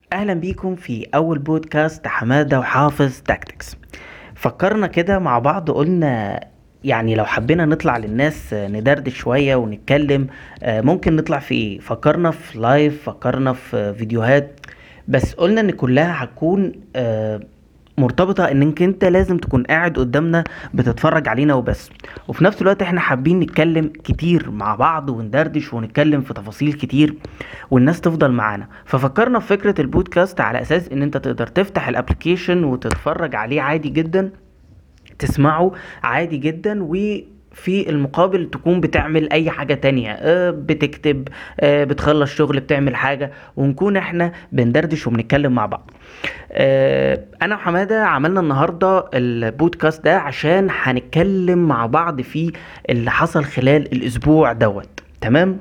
اهلا بيكم في اول بودكاست حمادة وحافظ تاكتكس. فكرنا كده مع بعض، قلنا يعني لو حبينا نطلع للناس، ندردش شوية ونتكلم. ممكن نطلع في ايه؟ فكرنا في لايف، فكرنا في فيديوهات، بس قلنا ان كلها هتكون مرتبطة انك انت لازم تكون قاعد قدامنا بتتفرج علينا وبس. وفي نفس الوقت احنا حابين نتكلم كتير مع بعض وندردش ونتكلم في تفاصيل كتير والناس تفضل معانا. ففكرنا في فكرة البودكاست على اساس ان انت تقدر تفتح الابليكيشن وتتفرج عليه عادي جدا، تسمعه عادي جدا، وفي المقابل تكون بتعمل اي حاجة تانية، بتكتب، بتخلص شغل، بتعمل حاجة، ونكون احنا بندردش وبنتكلم مع بعض. انا وحمادة عملنا النهاردة البودكاست ده عشان هنتكلم مع بعض في اللي حصل خلال الاسبوع دوت. تمام.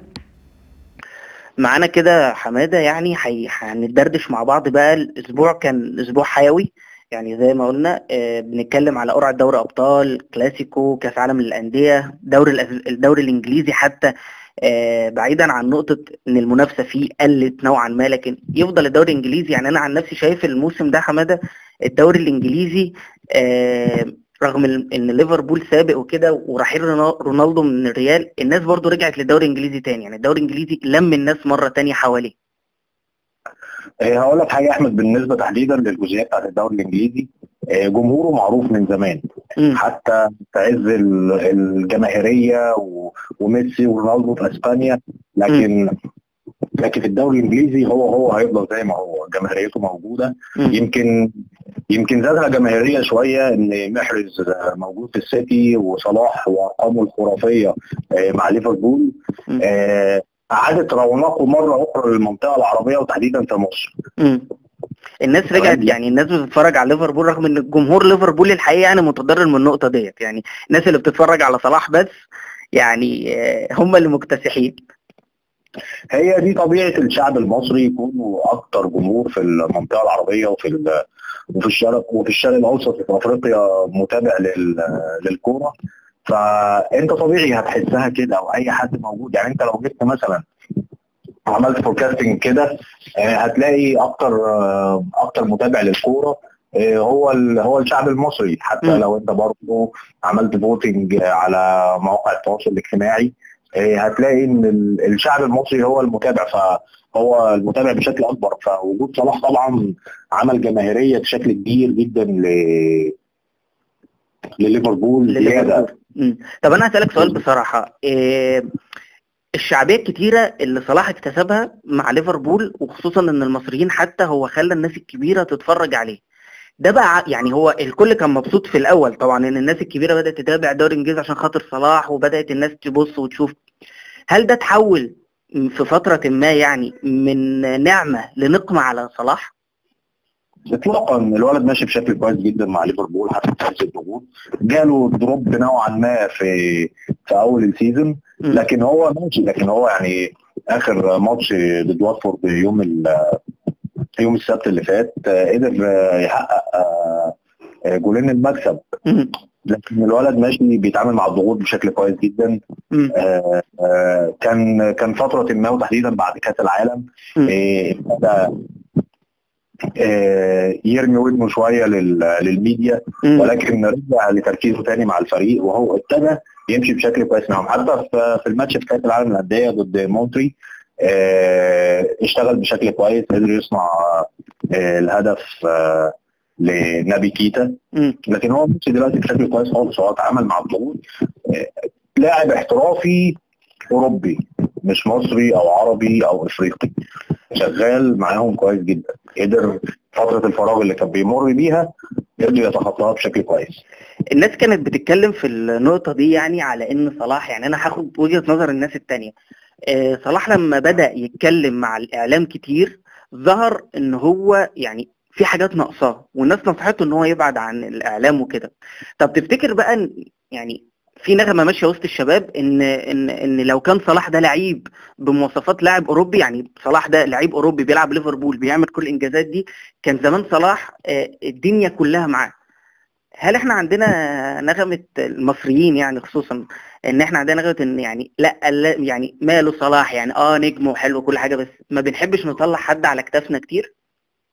معانا كده حمادة، يعني هندردش مع بعض. بقى الأسبوع كان أسبوع حيوي، يعني زي ما قلنا بنتكلم على قرعة دوري أبطال، كلاسيكو، كأس عالم للأندية، الدوري الإنجليزي حتى. بعيدا عن نقطة إن المنافسة فيه قلت نوعا ما، لكن يفضل الدوري الإنجليزي. يعني أنا عن نفسي شايف الموسم ده حمادة، الدوري الإنجليزي آه، رغم ان ليفربول سابق وكده ورحيل رونالدو من الريال، الناس برضو رجعت للدوري الانجليزي تاني. يعني الدوري الانجليزي لم الناس مرة تانية حواليه. هقول لك حاجه يا احمد، بالنسبه تحديدا للجزئيات بتاعت الدوري الانجليزي. جمهوره معروف من زمان، امم. حتى في عز الجماهيريه وميسي ورونالدو في اسبانيا. امم. لكن في الدوري الانجليزي هو هيفضل زي ما هو، جماهيريته موجوده. امم. يمكن يمكن زادها جماهيريه شويه ان محرز موجود في السيتي، وصلاح وارقامه الخرافيه مع ليفربول. امم. آه، اعادت رونقه مره اخرى للمنطقه العربيه وتحديدا في مصر. امم. الناس تمام. رجعت، يعني الناس بتتفرج على ليفربول، رغم ان جمهور ليفربول الحقيقة يعني متضرر من النقطة ديت. يعني الناس اللي بتتفرج على صلاح بس، يعني هم اللي مكتسحين. هي دي طبيعه الشعب المصري، يكونوا اكتر جمهور في المنطقه العربيه وفي الشرق الاوسط وفي افريقيا متابع للكوره. فانت طبيعي هتحسها كده، او اي حد موجود. يعني انت لو جبت مثلا عملت فوركاستنج كده، هتلاقي اكتر متابع للكوره هو الشعب المصري. حتى امم. لو انت برضه عملت فوتنج على مواقع التواصل الاجتماعي، هتلاقي ان الشعب المصري هو المتابع، فهو المتابع بشكل اكبر. فوجود صلاح طبعا عمل جماهيريه بشكل كبير جدا لليفربول زياده. لليفربول. طب انا هسألك سؤال بصراحة. الشعبية الكتيرة اللي صلاح اكتسبها مع ليفربول، وخصوصا ان المصريين حتى هو خلى الناس الكبيرة تتفرج عليه. ده بقى يعني هو الكل كان مبسوط في الاول طبعا ان الناس الكبيرة بدأت تتابع الدوري الانجليزي عشان خاطر صلاح، وبدأت الناس تبص وتشوف. هل ده تحول في فترة ما، يعني من نعمة لنقمة على صلاح؟ اطلاقا، الولد ماشي بشكل كويس جدا مع ليفربول حتى في عز الضغوط. جاله دروب نوعا ما في اول السيزون، امم. لكن هو يعني اخر ماتش ضد واتفورد يوم السبت اللي فات، قدر يحقق جولين المكسب. امم. لكن الولد ماشي بيتعامل مع الضغوط بشكل كويس جدا. امم. كان فترة ما، وتحديدا بعد كأس العالم، ابتدى يرمي ودنه شويه للميديا، امم. ولكن رجع لتركيزه تاني مع الفريق، وهو ابتدى يمشي بشكل كويس معاهم. حتى في الماتش في كاس العالم للانديه ضد مونتري، اشتغل بشكل كويس، قدر يصنع الهدف لنبي كيتا. امم. لكن هو ماشي دلوقتي بشكل كويس خالص، هو اتعامل مع الضغوط. آه، لاعب احترافي اوروبي، مش مصري او عربي او افريقي. شغال معاهم كويس جدا، قدر فترة الفراغ اللي كان بيمر بيها قدر يتخطاها بشكل كويس. الناس كانت بتتكلم في النقطة دي، يعني على ان صلاح، يعني انا هاخد وجهة نظر الناس التانية. صلاح لما بدأ يتكلم مع الاعلام كتير، ظهر ان هو يعني في حاجات ناقصاه، والناس نصحته ان هو يبعد عن الاعلام وكده. طب تفتكر بقى يعني في نغمة ماشية وسط الشباب ان لو كان صلاح ده لعيب بمواصفات لاعب اوروبي، يعني صلاح ده لعيب اوروبي بيلعب ليفربول بيعمل كل الانجازات دي، كان زمان صلاح الدنيا كلها معاه. هل احنا عندنا نغمة المصريين، يعني خصوصا ان احنا عندنا نغمة ان يعني لا يعني ماله صلاح، يعني نجم وحلو وكل حاجة، بس ما بنحبش نطلع حد على كتافنا كتير؟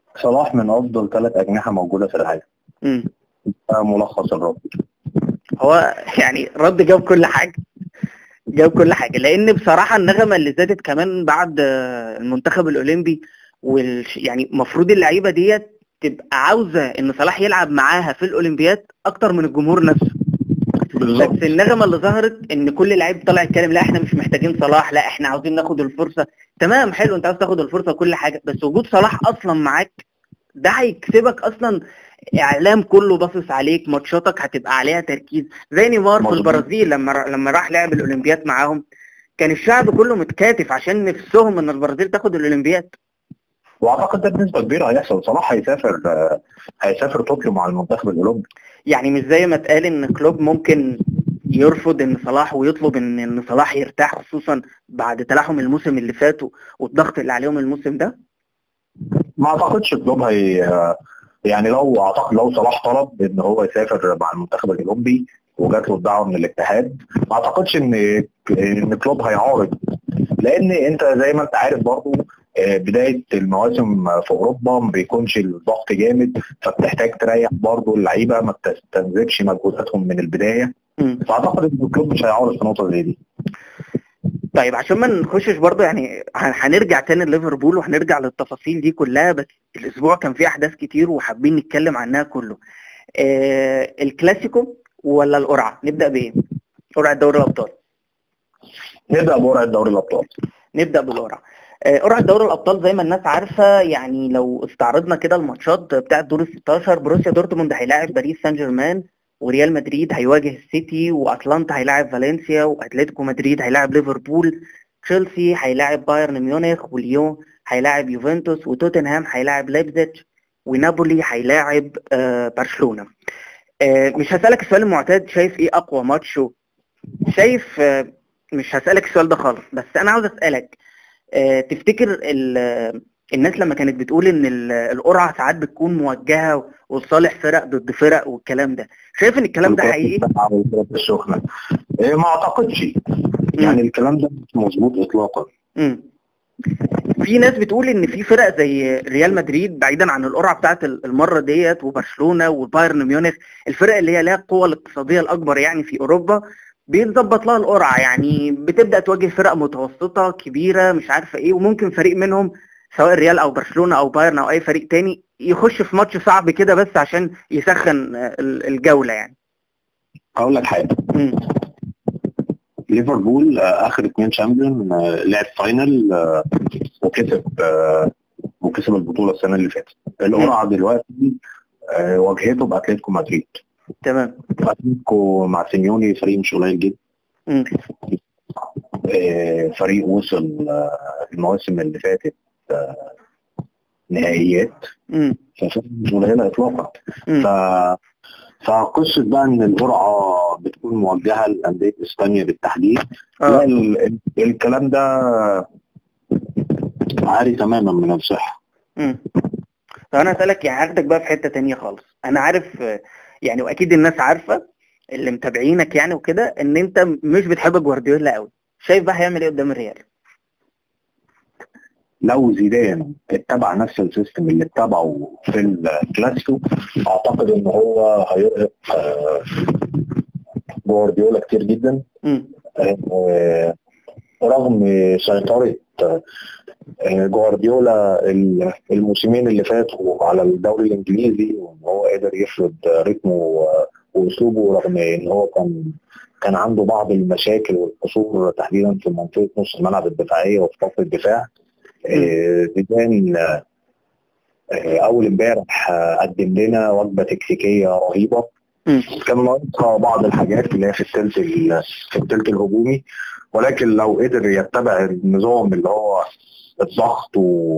صلاح من افضل 3 اجنحه موجوده في العالم. مم. ده ملخص الرد. هو يعني رد جاب كل حاجة، جاب كل حاجة، لأن بصراحة النغمة اللي زادت كمان بعد المنتخب الأولمبي يعني المفروض اللعيبة ديت تبقى عاوزة إن صلاح يلعب معاها في الأولمبياد أكتر من الجمهور نفسه. بالظبط. بس النغمة اللي ظهرت إن كل لعيب طلع يتكلم لا إحنا مش محتاجين صلاح، لا إحنا عاوزين ناخد الفرصة. تمام، حلو، أنت عاوز تاخد الفرصة وكل حاجة، بس وجود صلاح أصلا معاك ده هيكسبك أصلا. اعلام كله باصص عليك، ماتشاتك هتبقى عليها تركيز، زي نيمار في مظبوط. البرازيل لما راح لعب الاولمبياد معاهم، كان الشعب كله متكاتف عشان نفسهم ان البرازيل تاخد الاولمبياد. واعتقد ده بنسبه كبيره هيحصل. صلاح هيسافر طوكيو مع المنتخب الاولمبي. يعني مش زي ما اتقال ان كلوب ممكن يرفض ان صلاح ويطلب ان صلاح يرتاح، خصوصا بعد تلاحم الموسم اللي فات والضغط اللي عليهم الموسم ده. ما اعتقدش كلوب يعني اعتقد لو صلاح طلب ان هو يسافر مع المنتخب الاولمبي وجات له الدعوه من الاتحاد، ما اعتقدش ان كلوب هيعارض. لان انت زي ما انت عارف برضه بدايه المواسم في اوروبا ما بيكونش الضغط جامد، فبتحتاج تريح برضه اللعيبه ما تستنزفش مجهوداتهم من البدايه. مم. فاعتقد ان الكلوب مش هيعارض في نقطه زي دي. طيب عشان ما نخشش برضه يعني هنرجع تاني لليفربول وهنرجع للتفاصيل دي كلها، بس الاسبوع كان فيه احداث كتير وحابين نتكلم عنها كله. الكلاسيكو ولا القرعه؟ نبدا بايه؟ قرعه دوري الابطال. نبدا بورقه دوري الابطال. نبدا بالقرعه. قرعه دوري الابطال زي ما الناس عارفه، يعني لو استعرضنا كده الماتشات بتاعه دور ال 16، بروسيا دورتموند هيلاعب باريس سان جيرمان، وريال مدريد هيواجه السيتي، واتلانتا هيلاعب فالنسيا، واتلتيكو مدريد هيلاعب ليفربول، تشيلسي هيلاعب بايرن ميونخ، وليون هيلاعب يوفنتوس، وتوتنهام هيلاعب لايبزيج، ونابولي هيلاعب برشلونه. مش هسألك السؤال المعتاد شايف ايه اقوى ماتش، شايف مش هسألك السؤال ده خالص، بس انا عاوز اسألك تفتكر الناس لما كانت بتقول ان القرعة ساعات بتكون موجهة وصالح فرق ضد فرق والكلام ده، شايف ان الكلام ده حقيقي؟ السخنه ما اعتقدش. يعني الكلام ده مش مظبوط اطلاقا. مم. في ناس بتقول ان في فرق زي ريال مدريد بعيدا عن القرعه بتاعت المره ديت، وبرشلونه وبايرن ميونخ، الفرق اللي هي لها القوه الاقتصاديه الاكبر يعني في اوروبا، بيتظبط لها القرعه، يعني بتبدا تواجه فرق متوسطه كبيره مش عارفه ايه، وممكن فريق منهم سواء الريال او برشلونه او بايرن او اي فريق تاني يخش في ماتش صعب كده بس عشان يسخن الجوله يعني. هقول لك حاجه. مم. ليفربول اخر 2 شامبيون لعب فاينل وكسب البطوله السنه اللي فاتت. القرعه دلوقتي واجهته باتلتيكو مدريد. تمام. اتلتيكو مع سيميوني فريق مش قليل جدا. مم. فريق وصل المواسم اللي فاتت نهائيات، مم. ففريق مش قليله اطلاقا. مم. فقصه بقى ان القرعه بتكون موجهه لانديه اسبانيا بالتحديد، لا الكلام ده عاري تماما من الصحه. طب انا هسألك، يعني هاخدك بقى في حتة تانية خالص. انا عارف يعني، واكيد الناس عارفة اللي متابعينك يعني وكده، ان انت مش بتحب جوارديولا قوي، شايف بقى هيعمل ايه قدام الريال؟ لو زيدان اتبع نفس السيستم اللي اتبعه في الكلاسيكو، اعتقد ان هو هيرهق جوارديولا كتير جدا. رغم سيطرة جوارديولا الموسمين اللي فاتوا على الدوري الانجليزي، وان هو قدر يفرض رتمه واسلوبه، رغم ان هو كان عنده بعض المشاكل والقصور تحديدا في منطقه نص الملعب الدفاعيه وفي خط الدفاع. زيدان اول امبارح قدم لنا وجبه تكتيكيه رهيبه. كان ناقصها بعض الحاجات اللي هي في الثلث الهجومي، ولكن لو قدر يتبع النظام اللي هو الضغط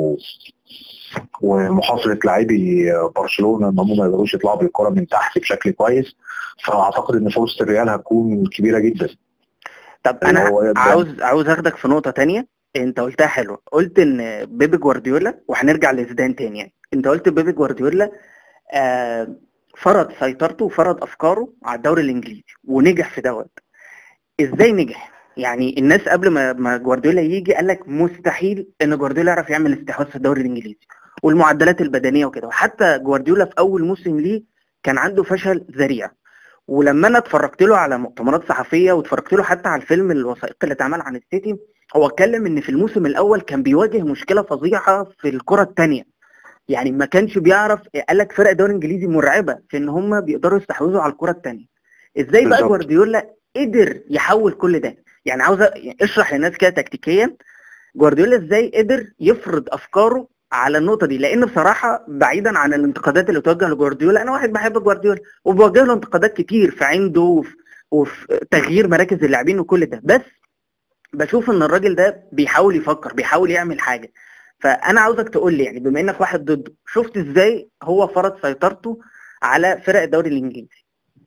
ومحاصره لاعبي برشلونه ان هم ما يقدروش يطلعوا بالكره من تحت بشكل كويس، فاعتقد ان فرصه الريال هتكون كبيره جدا. طب انا عاوز اخدك في نقطه تانية انت قلتها حلوه، قلت ان بيبي جوارديولا، وهنرجع لزيدان تاني يعني، انت قلت بيبي جوارديولا فرض سيطرته وفرض افكاره على الدوري الانجليزي ونجح في دوت. ازاي نجح؟ يعني الناس قبل ما جوارديولا يجي قال لك مستحيل ان جوارديولا يعرف يعمل استحواذ في الدوري الانجليزي، والمعدلات البدنيه وكده. وحتى جوارديولا في اول موسم ليه كان عنده فشل ذريع. ولما انا اتفرجت له على مؤتمرات صحفيه واتفرجت له حتى على الفيلم الوثائقي اللي اتعمل عن السيتي، هو اتكلم ان في الموسم الاول كان بيواجه مشكله فظيعه في الكره الثانيه. يعني ما كانش بيعرف، قال لك فرق الدوري الانجليزي مرعبه في ان هم بيقدروا يستحوذوا على الكره الثانيه. ازاي بقى بالظبط. جوارديولا قدر يحول كل ده؟ يعني عاوز يعني اشرح للناس كده تكتيكيا جوارديولا ازاي قدر يفرض افكاره على النقطه دي. لان بصراحه بعيدا عن الانتقادات اللي بتوجه لجوارديولا، انا واحد بحب جوارديولا وبوجه له انتقادات كتير في عنده وفي تغيير مراكز اللاعبين وكل ده، بس بشوف ان الراجل ده بيحاول يفكر، بيحاول يعمل حاجه. فانا عاوزك تقول لي، يعني بما انك واحد ضده، شفت ازاي هو فرض سيطرته على فرق الدوري الانجليزي؟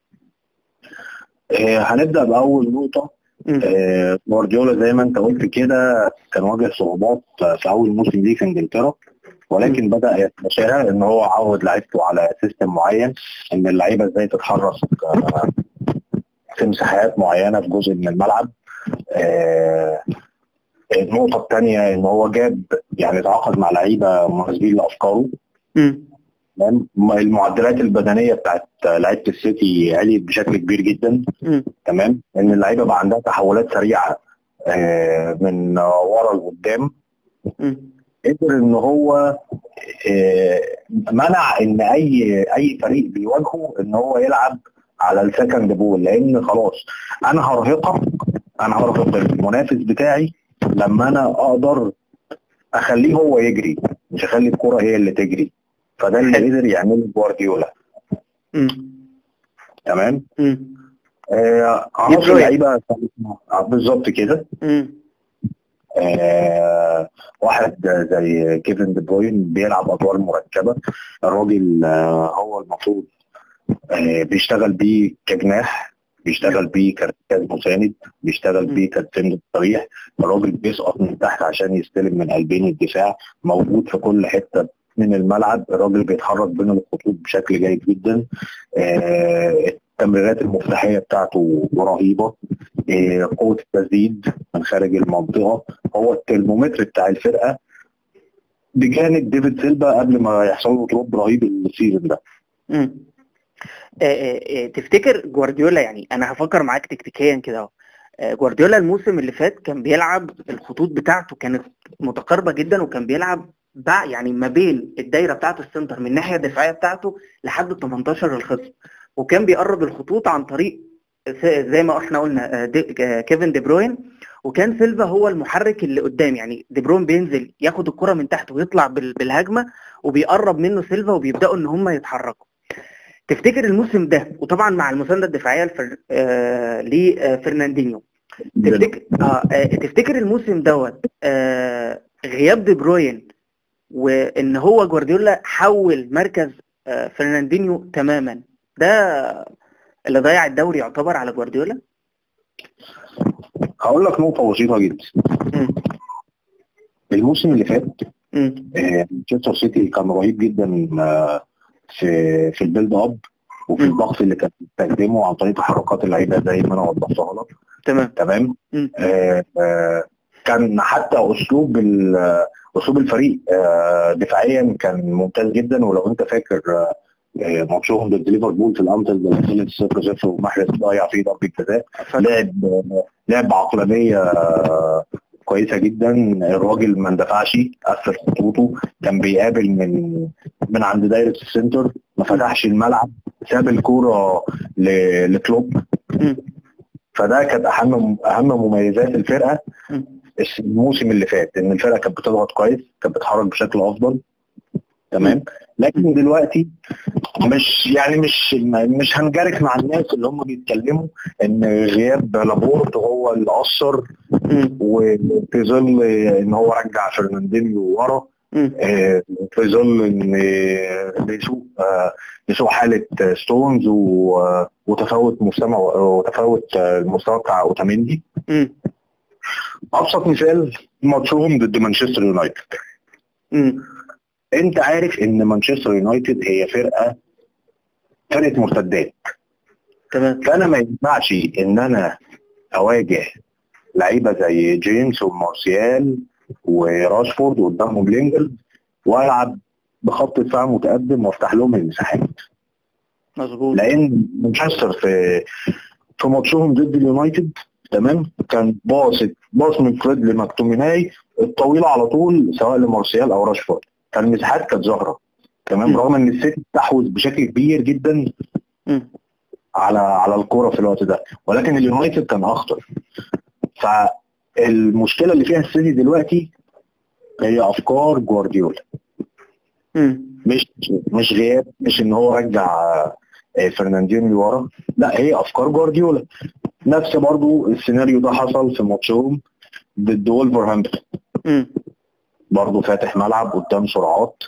هنبدا باول نقطه. امم جوارديولا زي ما انت قلت كده كان واجه صعوبات في اول موسم ليه في انجلترا، ولكن بدا يتماشاها ان هو عود لعيبته على سيستم معين، ان اللعيبه ازاي تتحرك في مساحات معينه في جزء من الملعب. آه، النقطه الثانيه ان هو جاب يعني تعاقد مع لعيبه مناسبين لافكاره. امم تمام؟ المعدلات البدنيه بتاعت لعيبه السيتي عليت بشكل كبير جدا. امم تمام، ان اللعيبه بقى عندها تحولات سريعه من ورا لقدام. امم قدر ان هو منع ان اي فريق بيواجهه ان هو يلعب على السكند بول، لان خلاص انا هرهق المنافس بتاعي لما انا اقدر اخليه هو يجري، مش اخلي الكرة هي اللي تجري. فده اللي حلو. قدر يعمله جوارديولا. امم تمام. امم دي عناصر بروين. لعيبه بالظبط كده. امم واحد زي كيفن دي بروين بيلعب ادوار مركبه. الراجل هو المفروض بيشتغل بيه كجناح، بيشتغل بيه كارتكاز مساند، بيشتغل بيه كسند صريح. الراجل بيسقط من تحت عشان يستلم من قلبين الدفاع، موجود في كل حته من الملعب. الراجل بيتحرك بين الخطوط بشكل جيد جدا. التمريرات المفتاحيه بتاعته رهيبه. قوه التسديد من خارج المنطقه، هو الترمومتر بتاع الفرقه بجانب ديفيد سيلفا قبل ما يحصل له دروب رهيب السيزون ده. امم تفتكر جوارديولا، يعني انا هفكر معاك تكتيكيا كده اهو، جوارديولا الموسم اللي فات كان بيلعب الخطوط بتاعته كانت متقاربه جدا، وكان بيلعب يعني ما بين الدايره بتاعته السنتر من الناحيه الدفاعيه بتاعته لحد ال 18 الخصم، وكان بيقرب الخطوط عن طريق زي ما احنا قلنا كيفن دي بروين، وكان سيلفا هو المحرك اللي قدام. يعني دي بروين بينزل ياخد الكره من تحت ويطلع بالهجمه، وبيقرب منه سيلفا وبيبداوا ان هم يتحركوا. تفتكر الموسم ده، وطبعا مع المسانده الدفاعيه لفرناندينيو، تفتكر الموسم دوت غياب دي بروين وان هو جوارديولا حول مركز فرناندينيو تماما، ده اللي ضيع الدوري يعتبر على جوارديولا؟ هقول لك نقطه بسيطه جدا. مم. الموسم اللي فات مم. مانشستر سيتي كان رهيب جدا في البيلد اب وفي الضغط اللي كان بيستخدمه عن طريق تحركات اللعيبه زي ما انا وضحتها لك. تمام. كان حتى اسلوب الفريق دفاعيا كان ممتاز جدا. ولو انت فاكر ماتشهم ضد ليفربول في الانفيلد اللي خلص 0-0 ومحرز ضيع فيه ضربه جزاء، لعب بعقلانيه كويسه جدا. الراجل ما اندفعش، قفل خطوطه، كان بيقابل من عند دايره السنتر، ما فتحش الملعب، ساب الكوره لكلوب. فده كانت اهم مميزات الفرقه الموسم اللي فات، ان الفرقه كانت بتضغط كويس، كانت بتتحرك بشكل افضل. تمام. لكن دلوقتي مش هنجرك مع الناس اللي هم بيتكلموا ان غياب لابورت هو اللي اثر، وفي ظل ان هو رجع فرناندينيو ورا، في ظل ان بيسوق حاله ستونز وتفاوت المستوى بتاع اوتاميندي. ابسط مثال ماتشهم ضد مانشستر يونايتد. انت عارف ان مانشستر يونايتد هي فرقه مرتدات. تمام. فانا ما ينفعش ان انا اواجه لعيبه زي جيمس ومارسيال وراشفورد وقدامهم لينجل والعب بخط دفاع متقدم وافتح لهم المساحات. مظبوط. لان مانشستر في ماتشهم ضد اليونايتد تمام كان باص من فريد لمكتوميناي الطويله على طول سواء لمارسيال او راشفورد، كان المساحات كانت ظاهره تمام، رغم ان السيتي استحوذ بشكل كبير جدا على الكوره في الوقت ده، ولكن اليونايتد كان اخطر. فالمشكله اللي فيها السيتي دلوقتي هي افكار جوارديولا، مش غياب، مش ان هو رجع فرناندينيو لورا، لا هي افكار جوارديولا. نفس برضو السيناريو ده حصل في ماتشهم ضد وولفرهامبتون، برضو فاتح ملعب قدام سرعات،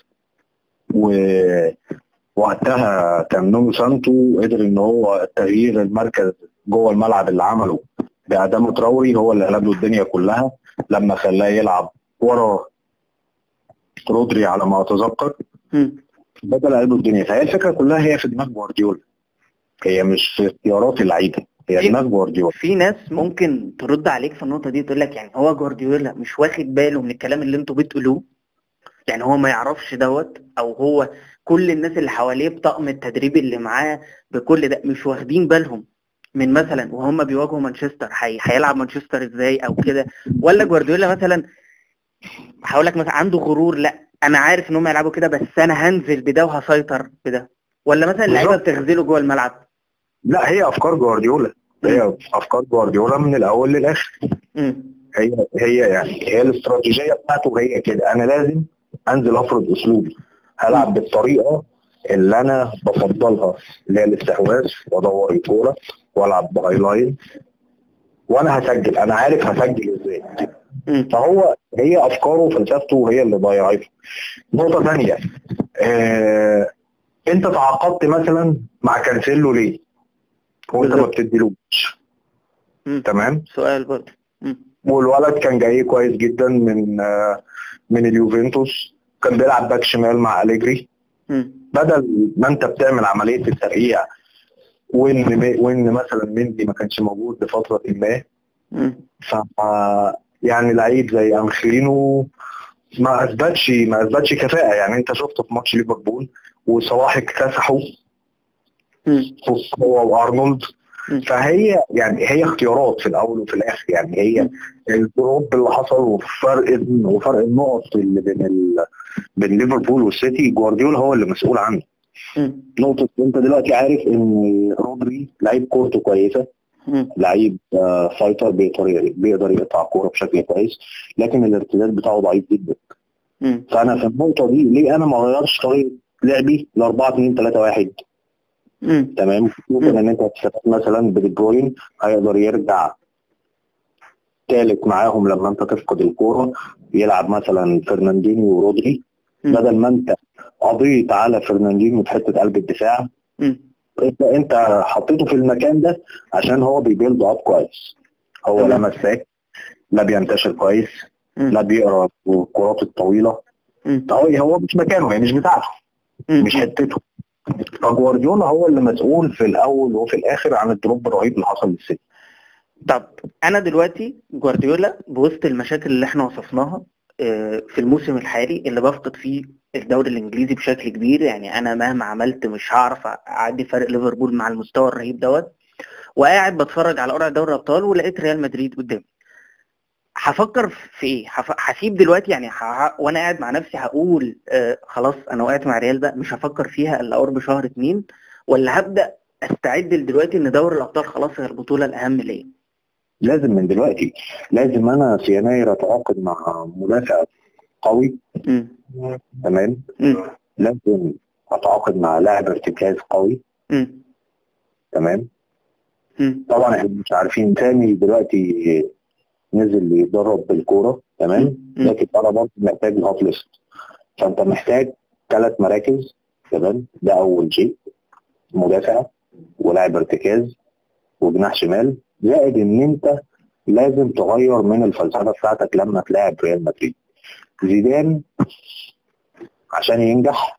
ووقتها كان نونو سانتو قدر ان هو تغيير المركز جوه الملعب اللي عمله بأدامو تراوري هو اللي قلب له الدنيا كلها لما خلاه يلعب ورا رودري على ما اتذكر، بدل قلب الدنيا. فهي الفكره كلها هي في دماغ جوارديولا، هي مش في اختيارات اللعيبه، هي دماغ جوارديولا. في ناس ممكن ترد عليك في النقطه دي تقول لك يعني هو جوارديولا مش واخد باله من الكلام اللي انتوا بتقولوه، يعني هو ما يعرفش دوت، او هو كل الناس اللي حواليه بطاقم التدريب اللي معاه بكل ده مش واخدين بالهم من مثلا وهم بيواجهوا مانشستر هيلعب مانشستر ازاي او كده، ولا جوارديولا مثلا هقول لك مثلا عنده غرور، لا انا عارف ان هم يلعبوا كده بس انا هنزل بده وهسيطر بده، ولا مثلا اللعيبه بتغزله جوه الملعب؟ لا هي افكار جوارديولا، هي افكار جوارديولا من الاول للاخر. هي يعني هي الاستراتيجيه بتاعته هي كده، انا لازم انزل افرض اسلوبي، هلعب بالطريقه اللي انا بفضلها اللي هي الاستحواذ وادور الكوره والعب بهاي لاين وانا هسجل، انا عارف هسجل ازاي. هي افكاره وفلسفته هي اللي ضيعته. نقطه ثانيه، انت تعاقدت مثلا مع كانسيلو ليه وانت ما بتديلوش؟ تمام، سؤال برضه. والولد كان جاي كويس جدا من اليوفنتوس، كان بيلعب باك شمال مع أليجري. بدل ما انت بتعمل عمليه الترقيع وان مثلا مندي ما كانش موجود لفتره ما، ف يعني لعيب زي انخيلينو ما اثبتش كفاءه. يعني انت شفته في ماتش ليفربول وصلاح اكتسحه هو وارنولد. فهي يعني هي اختيارات في الاول وفي الاخر، يعني هي الدروب اللي حصل وفرق النقط اللي بين ليفربول والسيتي جوارديولا هو اللي مسؤول عنه. نقطه انت دلوقتي عارف ان رودري لعيب كورته كويسه، لعيب فايتر بيقدر يقطع كوره بشكل كويس، لكن الارتداد بتاعه ضعيف جدا. فانا في النقطه دي ليه انا ما غيرش طريقه لعبي ل 4-2-3-1؟ تمام، ممكن ان انت تستفاد مثلا بدي بروين هيقدر يرجع ثالث معاهم لما انت تفقد الكوره، يلعب مثلا فرناندينيو ورودري بدل ما انت قضيت على فرناندينيو في حته قلب الدفاع. انت حطيته في المكان ده عشان هو بيبيلد اب كويس، هو لا مساك لا بينتشر كويس لا بيقرا الكرات الطويله، هو مش مكانه، هي مش بتاعته، مش حتته. فجوارديولا هو اللي مسؤول في الاول وفي الاخر عن الدروب الرهيب اللي حصل للسيتي. طب انا دلوقتي جوارديولا بوسط المشاكل اللي احنا وصفناها في الموسم الحالي اللي بفقد فيه الدوري الانجليزي بشكل كبير، يعني انا مهما عملت مش هعرف اعدي فرق ليفربول مع المستوى الرهيب دوت، وقاعد بتفرج على قرعه دوري الابطال ولقيت ريال مدريد قدامي، هفكر في ايه؟ هسيب دلوقتي يعني وانا قاعد مع نفسي هقول خلاص انا وقعت مع ريال بقى مش هفكر فيها الا قرب شهر 2، ولا هبدا استعد دلوقتي ان دوري الابطال خلاص هي البطوله الاهم ليا؟ لازم من دلوقتي، لازم انا في يناير اتعاقد مع مدافع قوي. تمام، لازم اتعاقد مع لاعب ارتكاز قوي. تمام. طبعا احنا مش عارفين تاني دلوقتي نزل يتدرب بالكوره، تمام، لكن انا برضه محتاج الهوت ليست، فانت محتاج 3 مراكز. تمام، ده اول شيء، مدافع ولاعب ارتكاز وجناح شمال، زائد ان انت لازم تغير من الفلسفه بتاعتك لما تلاعب ريال مدريد. زيدان عشان ينجح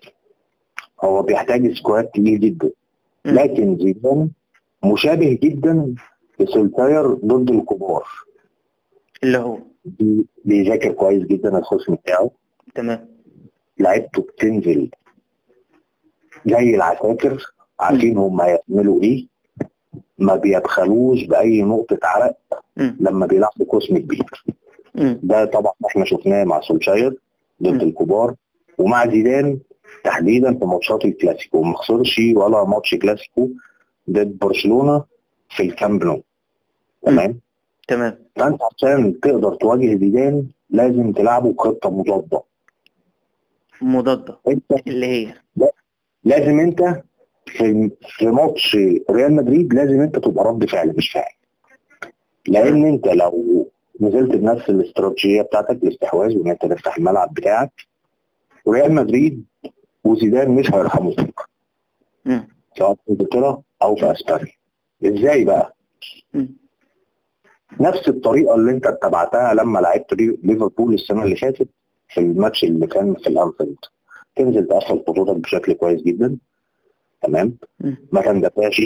هو بيحتاج سكواد كبير جدا، لكن زيدان مشابه جدا لسولتاير ضد الكبار، اللي هو بيذاكر كويس جدا الخصم بتاعه. تمام، لعيبته بتنزل زي العساكر، عارفين هم هيعملوا ايه، ما بيبخلوش باي نقطه عرق لما بيلعبوا خصم كبير. ده طبعا احنا شفناه مع سولشاير ضد الكبار، ومع زيدان تحديدا في ماتشات الكلاسيكو، وما خسرش ولا ماتش كلاسيكو ضد برشلونه في الكامب نو. تمام. فانت عشان تقدر تواجه زيدان لازم تلعبه بخطه مضاده. اللي هي لازم انت في ماتش ريال مدريد لازم انت تبقى رد فعل مش فاعل، لان انت لو نزلت بنفس الاستراتيجيه بتاعتك الاستحواذ وان انت تفتح الملعب بتاعك، ريال مدريد وزيدان مش هيرحموك سواء في انجلترا او في اسبانيا. ازاي بقى؟ نفس الطريقه اللي انت اتبعتها لما لعبت ليفربول السنه اللي فاتت في الماتش اللي كان في الانفيلد، تنزل تقفل خطوطك بشكل كويس جدا. تمام. ما تندفعش.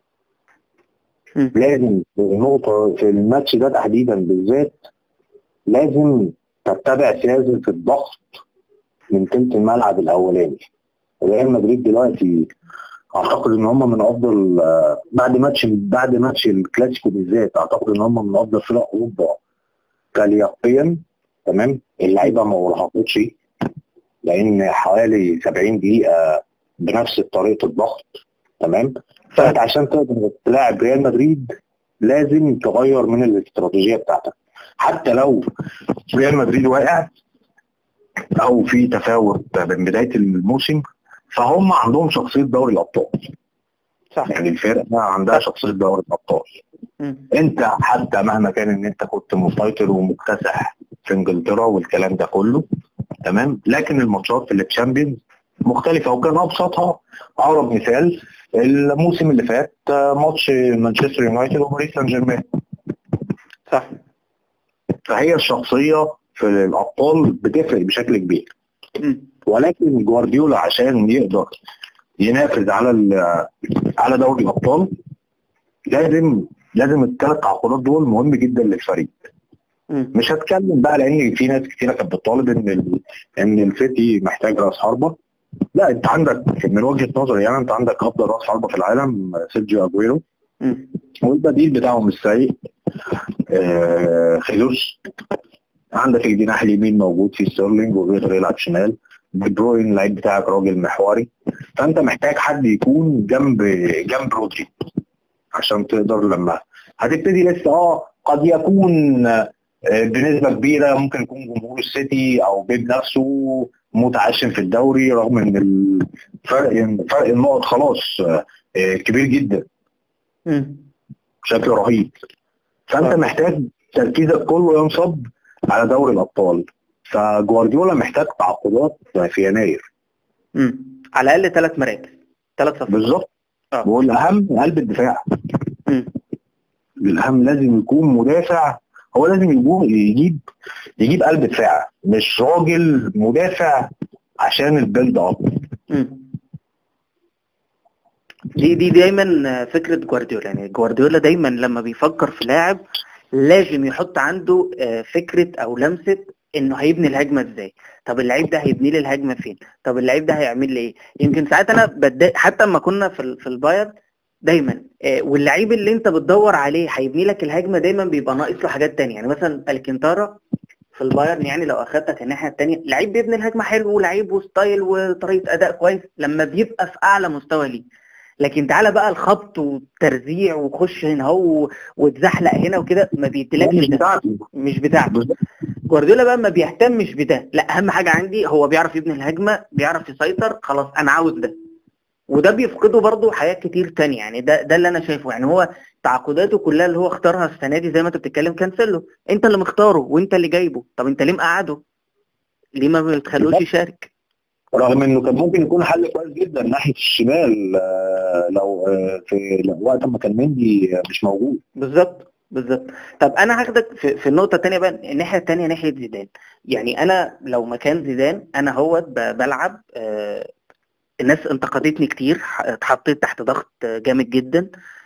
لازم النقطه في الماتش ده تحديدا بالذات لازم تتبع سياسه الضغط من تلت الملعب الاولاني. ريال مدريد دلوقتي اعتقد ان هم من افضل بعد ماتش الكلاسيكو بالذات، اعتقد ان هم من افضل فرق اوروبا كلياقيا. تمام. اللعيبه ما ارهقتش لان حوالي 70 دقيقه بنفس طريقه الضغط. تمام. فانت عشان تقدر تلاعب ريال مدريد لازم تغير من الاستراتيجيه بتاعتك، حتى لو ريال مدريد واقع او في تفاوت من بدايه الموسم، فهم عندهم شخصيه دوري الابطال. صح. يعني الفرقه عندها شخصيه دوري الابطال. انت حتى مهما كان ان انت كنت مسيطر ومكتسح في انجلترا والكلام ده كله، تمام، لكن الماتشات في التشامبيونز مختلفه، وكان ابسطها اقرب مثال الموسم اللي فات ماتش مانشستر يونايتد وباريس سان جيرمان. صح. فهي الشخصيه في الابطال بتفرق بشكل كبير. ولكن جوارديولا عشان يقدر ينافس على دوري الابطال لازم الثلاث تعاقدات دول مهم جدا للفريق. مش هتكلم بقى لان في ناس كتيره كانت بتطالب ان السيتي محتاج راس حربه. لا، انت عندك من وجهه نظري يعني انت عندك افضل راس حربه في العالم سيرجيو اجويرو، والبديل بتاعه مش سيء خيلوس. عندك الجناح اليمين موجود في ستيرلينج وبيقدر يلعب شمال. دي بروين اللعيب بتاعك راجل محوري، فانت محتاج حد يكون جنب رودري عشان تقدر لما هتبتدي لسه قد يكون بنسبه كبيره ممكن يكون جمهور السيتي او بيب نفسه متعشم في الدوري، رغم ان فرق النقط خلاص كبير جدا بشكل رهيب. فانت محتاج تركيزك كله ينصب على دوري الابطال. فجوارديولا محتاج تعاقدات في يناير على الاقل 3 مراكز 3 صفقات بالظبط. والاهم قلب الدفاع. الاهم لازم يكون مدافع، هو لازم يجيب قلب دفاع، مش راجل مدافع عشان البيلد اب. دي دايما فكرة جوارديولا. يعني جوارديولا دايما لما بيفكر في لاعب لازم يحط عنده فكرة او لمسة انه هيبني الهجمة ازاي. طب اللعيب ده هيبني لي الهجمة فين؟ طب اللعيب ده هيعمل لي ايه؟ يمكن ساعات انا حتى اما كنا في البايرن دايما واللعيب اللي انت بتدور عليه هيبني لك الهجمة دايما بيبقى ناقص له حاجات تانية. يعني مثلا الكنتارا في البايرن، يعني لو اخدتك الناحيه الثانيه لعيب بيبني الهجمه حلو ولعيب وستايل وطريقه اداء كويس لما بيبقى في اعلى مستوى ليه. لكن تعالى بقى الخبط والترزيع وخش هنا هو وتزحلق هنا وكده ما بيديلكش ده، مش بتاعته. جوارديولا بقى ما بيهتمش بده، لا اهم حاجه عندي هو بيعرف يبني الهجمه، بيعرف يسيطر، خلاص انا عاوز ده. وده بيفقده برضه حاجات كتير تانية. يعني ده اللي انا شايفه. يعني هو تعاقداته كلها اللي هو اختارها السنه دي زي ما انت بتتكلم كانسيلو، انت اللي مختاره وانت اللي جايبه، طب انت ليه مقعده؟ ليه ما بتخلوش يشارك؟ رغم انه كان ممكن يكون حل كويس جدا ناحيه الشمال لو في وقت ما كان مندي مش موجود. بالظبط. طب انا هاخدك في النقطه الثانيه بقى، الناحيه الثانيه ناحيه زيدان. يعني انا لو مكان زيدان انا هو بلعب الناس انتقدتني كتير، اتحطيت تحت ضغط جامد جدا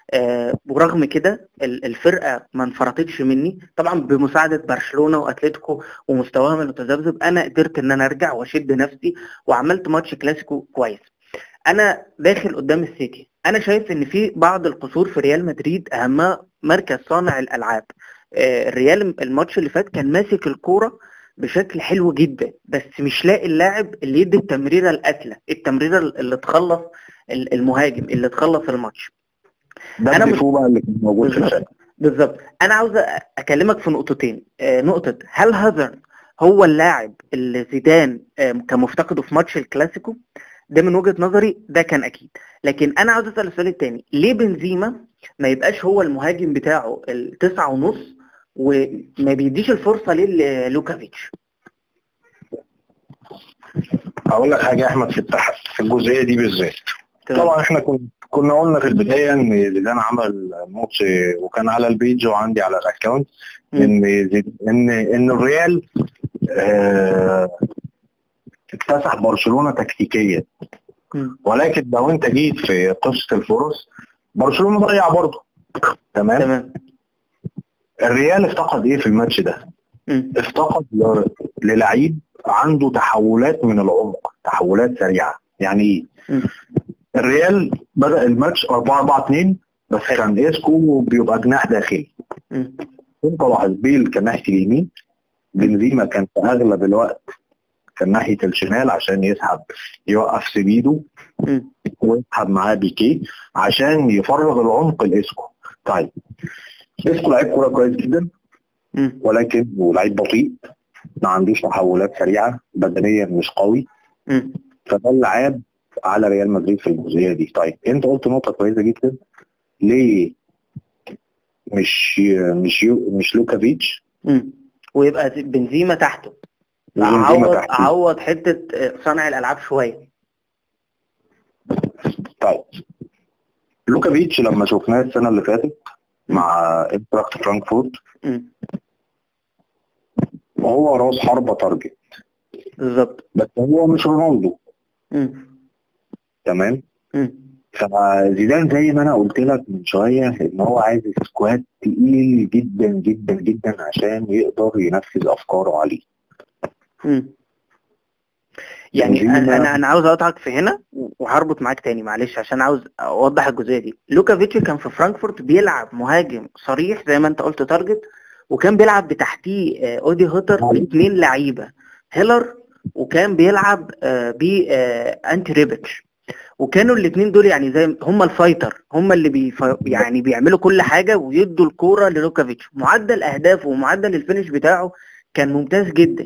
ورغم كده الفرقة ما انفرطتش مني طبعا بمساعدة برشلونة واتلتيكو ومستواهم المتذبذب. انا قدرت ان انا ارجع واشد نفسي وعملت ماتش كلاسيكو كويس. انا داخل قدام السيتي، انا شايف ان في بعض القصور في ريال مدريد اهمها مركز صانع الالعاب. الريال الماتش اللي فات كان ماسك الكوره بشكل حلو جدا، بس مش لاقي اللاعب اللي يدي التمريره القاتله، التمريره اللي تخلص المهاجم، اللي تخلص الماتش. ده انا الديفو بقى اللي كان موجود في بالظبط الفرقه. بالظبط. انا عاوز اكلمك في نقطتين. نقطه، هل هازارد هو اللاعب اللي زيدان كان مفتقده في ماتش الكلاسيكو؟ ده من وجهة نظري ده كان اكيد. لكن انا عاوز اسال السؤال التاني، ليه بنزيما ما يبقاش هو المهاجم بتاعه التسعة ونص وما بيديش الفرصة ليه لوكافيتش؟ هقول لك حاجه يا احمد في الجزئيه دي بالذات. تمام. طبعا احنا كنا قلنا في البدايه ان زيدان عمل ماتش، وكان على البيج وعندي على الاكونت ان الريال اكتسح برشلونه تكتيكيا. ولكن لو انت جيت في قصه الفرص، برشلونه ضيع برضه. تمام. الريال افتقد ايه في الماتش ده؟ افتقد للعيب عنده تحولات من العمق، تحولات سريعه. يعني ايه؟ الريال بدأ الماتش 4-4-2 بس كان اسكو بيبقى جناح داخلي. انت لاحظ بيل كان ناحيه اليمين، بنزيما كان في اغلب الوقت كان ناحيه الشمال عشان يسحب يوقف سبيدو ويسحب معاه بيكي عشان يفرغ العمق لاسكو. طيب اسكو لعيب كوره كويس جدا، ولكن هو لعيب بطيء، ما عندوش تحولات سريعه، بدنيا مش قوي. فده اللي عاب على ريال مدريد في الجزئيه دي. طيب انت قلت نقطه كويسه جدا، ليه مش لوكافيتش ويبقى بنزيما تحته، عوض حته صانع الالعاب شويه. طيب لوكافيتش لما شفناه السنه اللي فاتت مع انتراخت فرانكفورت هو راس حربة تارجت بالظبط، بس هو مش رونالدو. تمام. فزيدان زي ما انا قلت لك من شويه ان هو عايز سكواد تقيل جدا جدا جدا عشان يقدر ينفذ افكاره عليه. يعني انا عاوز اقطعك في هنا وهربط معاك تاني معلش عشان عاوز اوضح الجزئيه دي. لوكافيتش كان في فرانكفورت بيلعب مهاجم صريح زي ما انت قلت تارجت، وكان بيلعب بتحتيه اودي هوتر اثنين لعيبه، هيلر، وكان بيلعب انتي ريبتش، وكانوا الاثنين دول يعني زي هم الفايتر، هم اللي يعني بيعملوا كل حاجه ويدوا الكوره للوكافيتش. معدل اهدافه ومعدل الفينش بتاعه كان ممتاز جدا.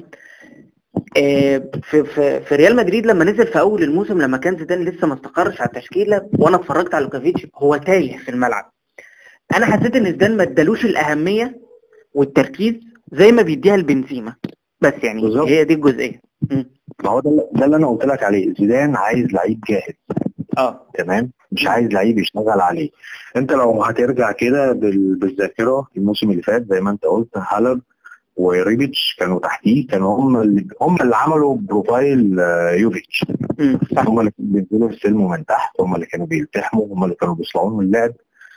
في ريال مدريد لما نزل في اول الموسم لما كان زيدان لسه ما استقرش على التشكيله وانا اتفرجت على لوكافيتش هو تايه في الملعب. انا حسيت ان زيدان ما ادالوش الاهميه والتركيز زي ما بيديها لبنزيما، بس يعني بالزبط. هي دي الجزئيه. ما هو ده اللي انا قلت لك عليه، زيدان عايز لعيب جاهز. تمام، مش عايز لعيب يشتغل عليه. انت لو هترجع كده بالذاكره الموسم اللي فات زي ما انت قلت، هالاند وريبيتش كانوا تحتيه، كانوا هم اللي عملوا بروفايل يوفيتش. هم اللي كانوا بينزلوا السلم من تحت، هم اللي كانوا بيلتحموا، هم اللي كانوا بيصنعوا اللعب،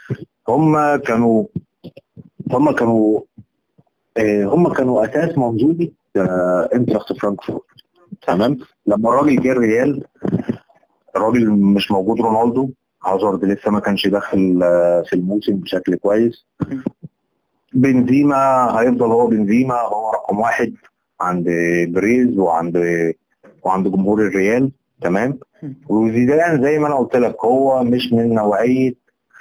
هم كانوا اساس منظومه انتراخت فرانكفورت. تمام. لما الراجل جه الريال، الراجل مش موجود، رونالدو، هازارد لسه ما كانش داخل في الموسم بشكل كويس، بنزيما هيفضل هو بنزيما، هو رقم واحد عند بريز وعند جمهور الريال. تمام. وزيدان زي ما انا قلت لك هو مش من نوعيه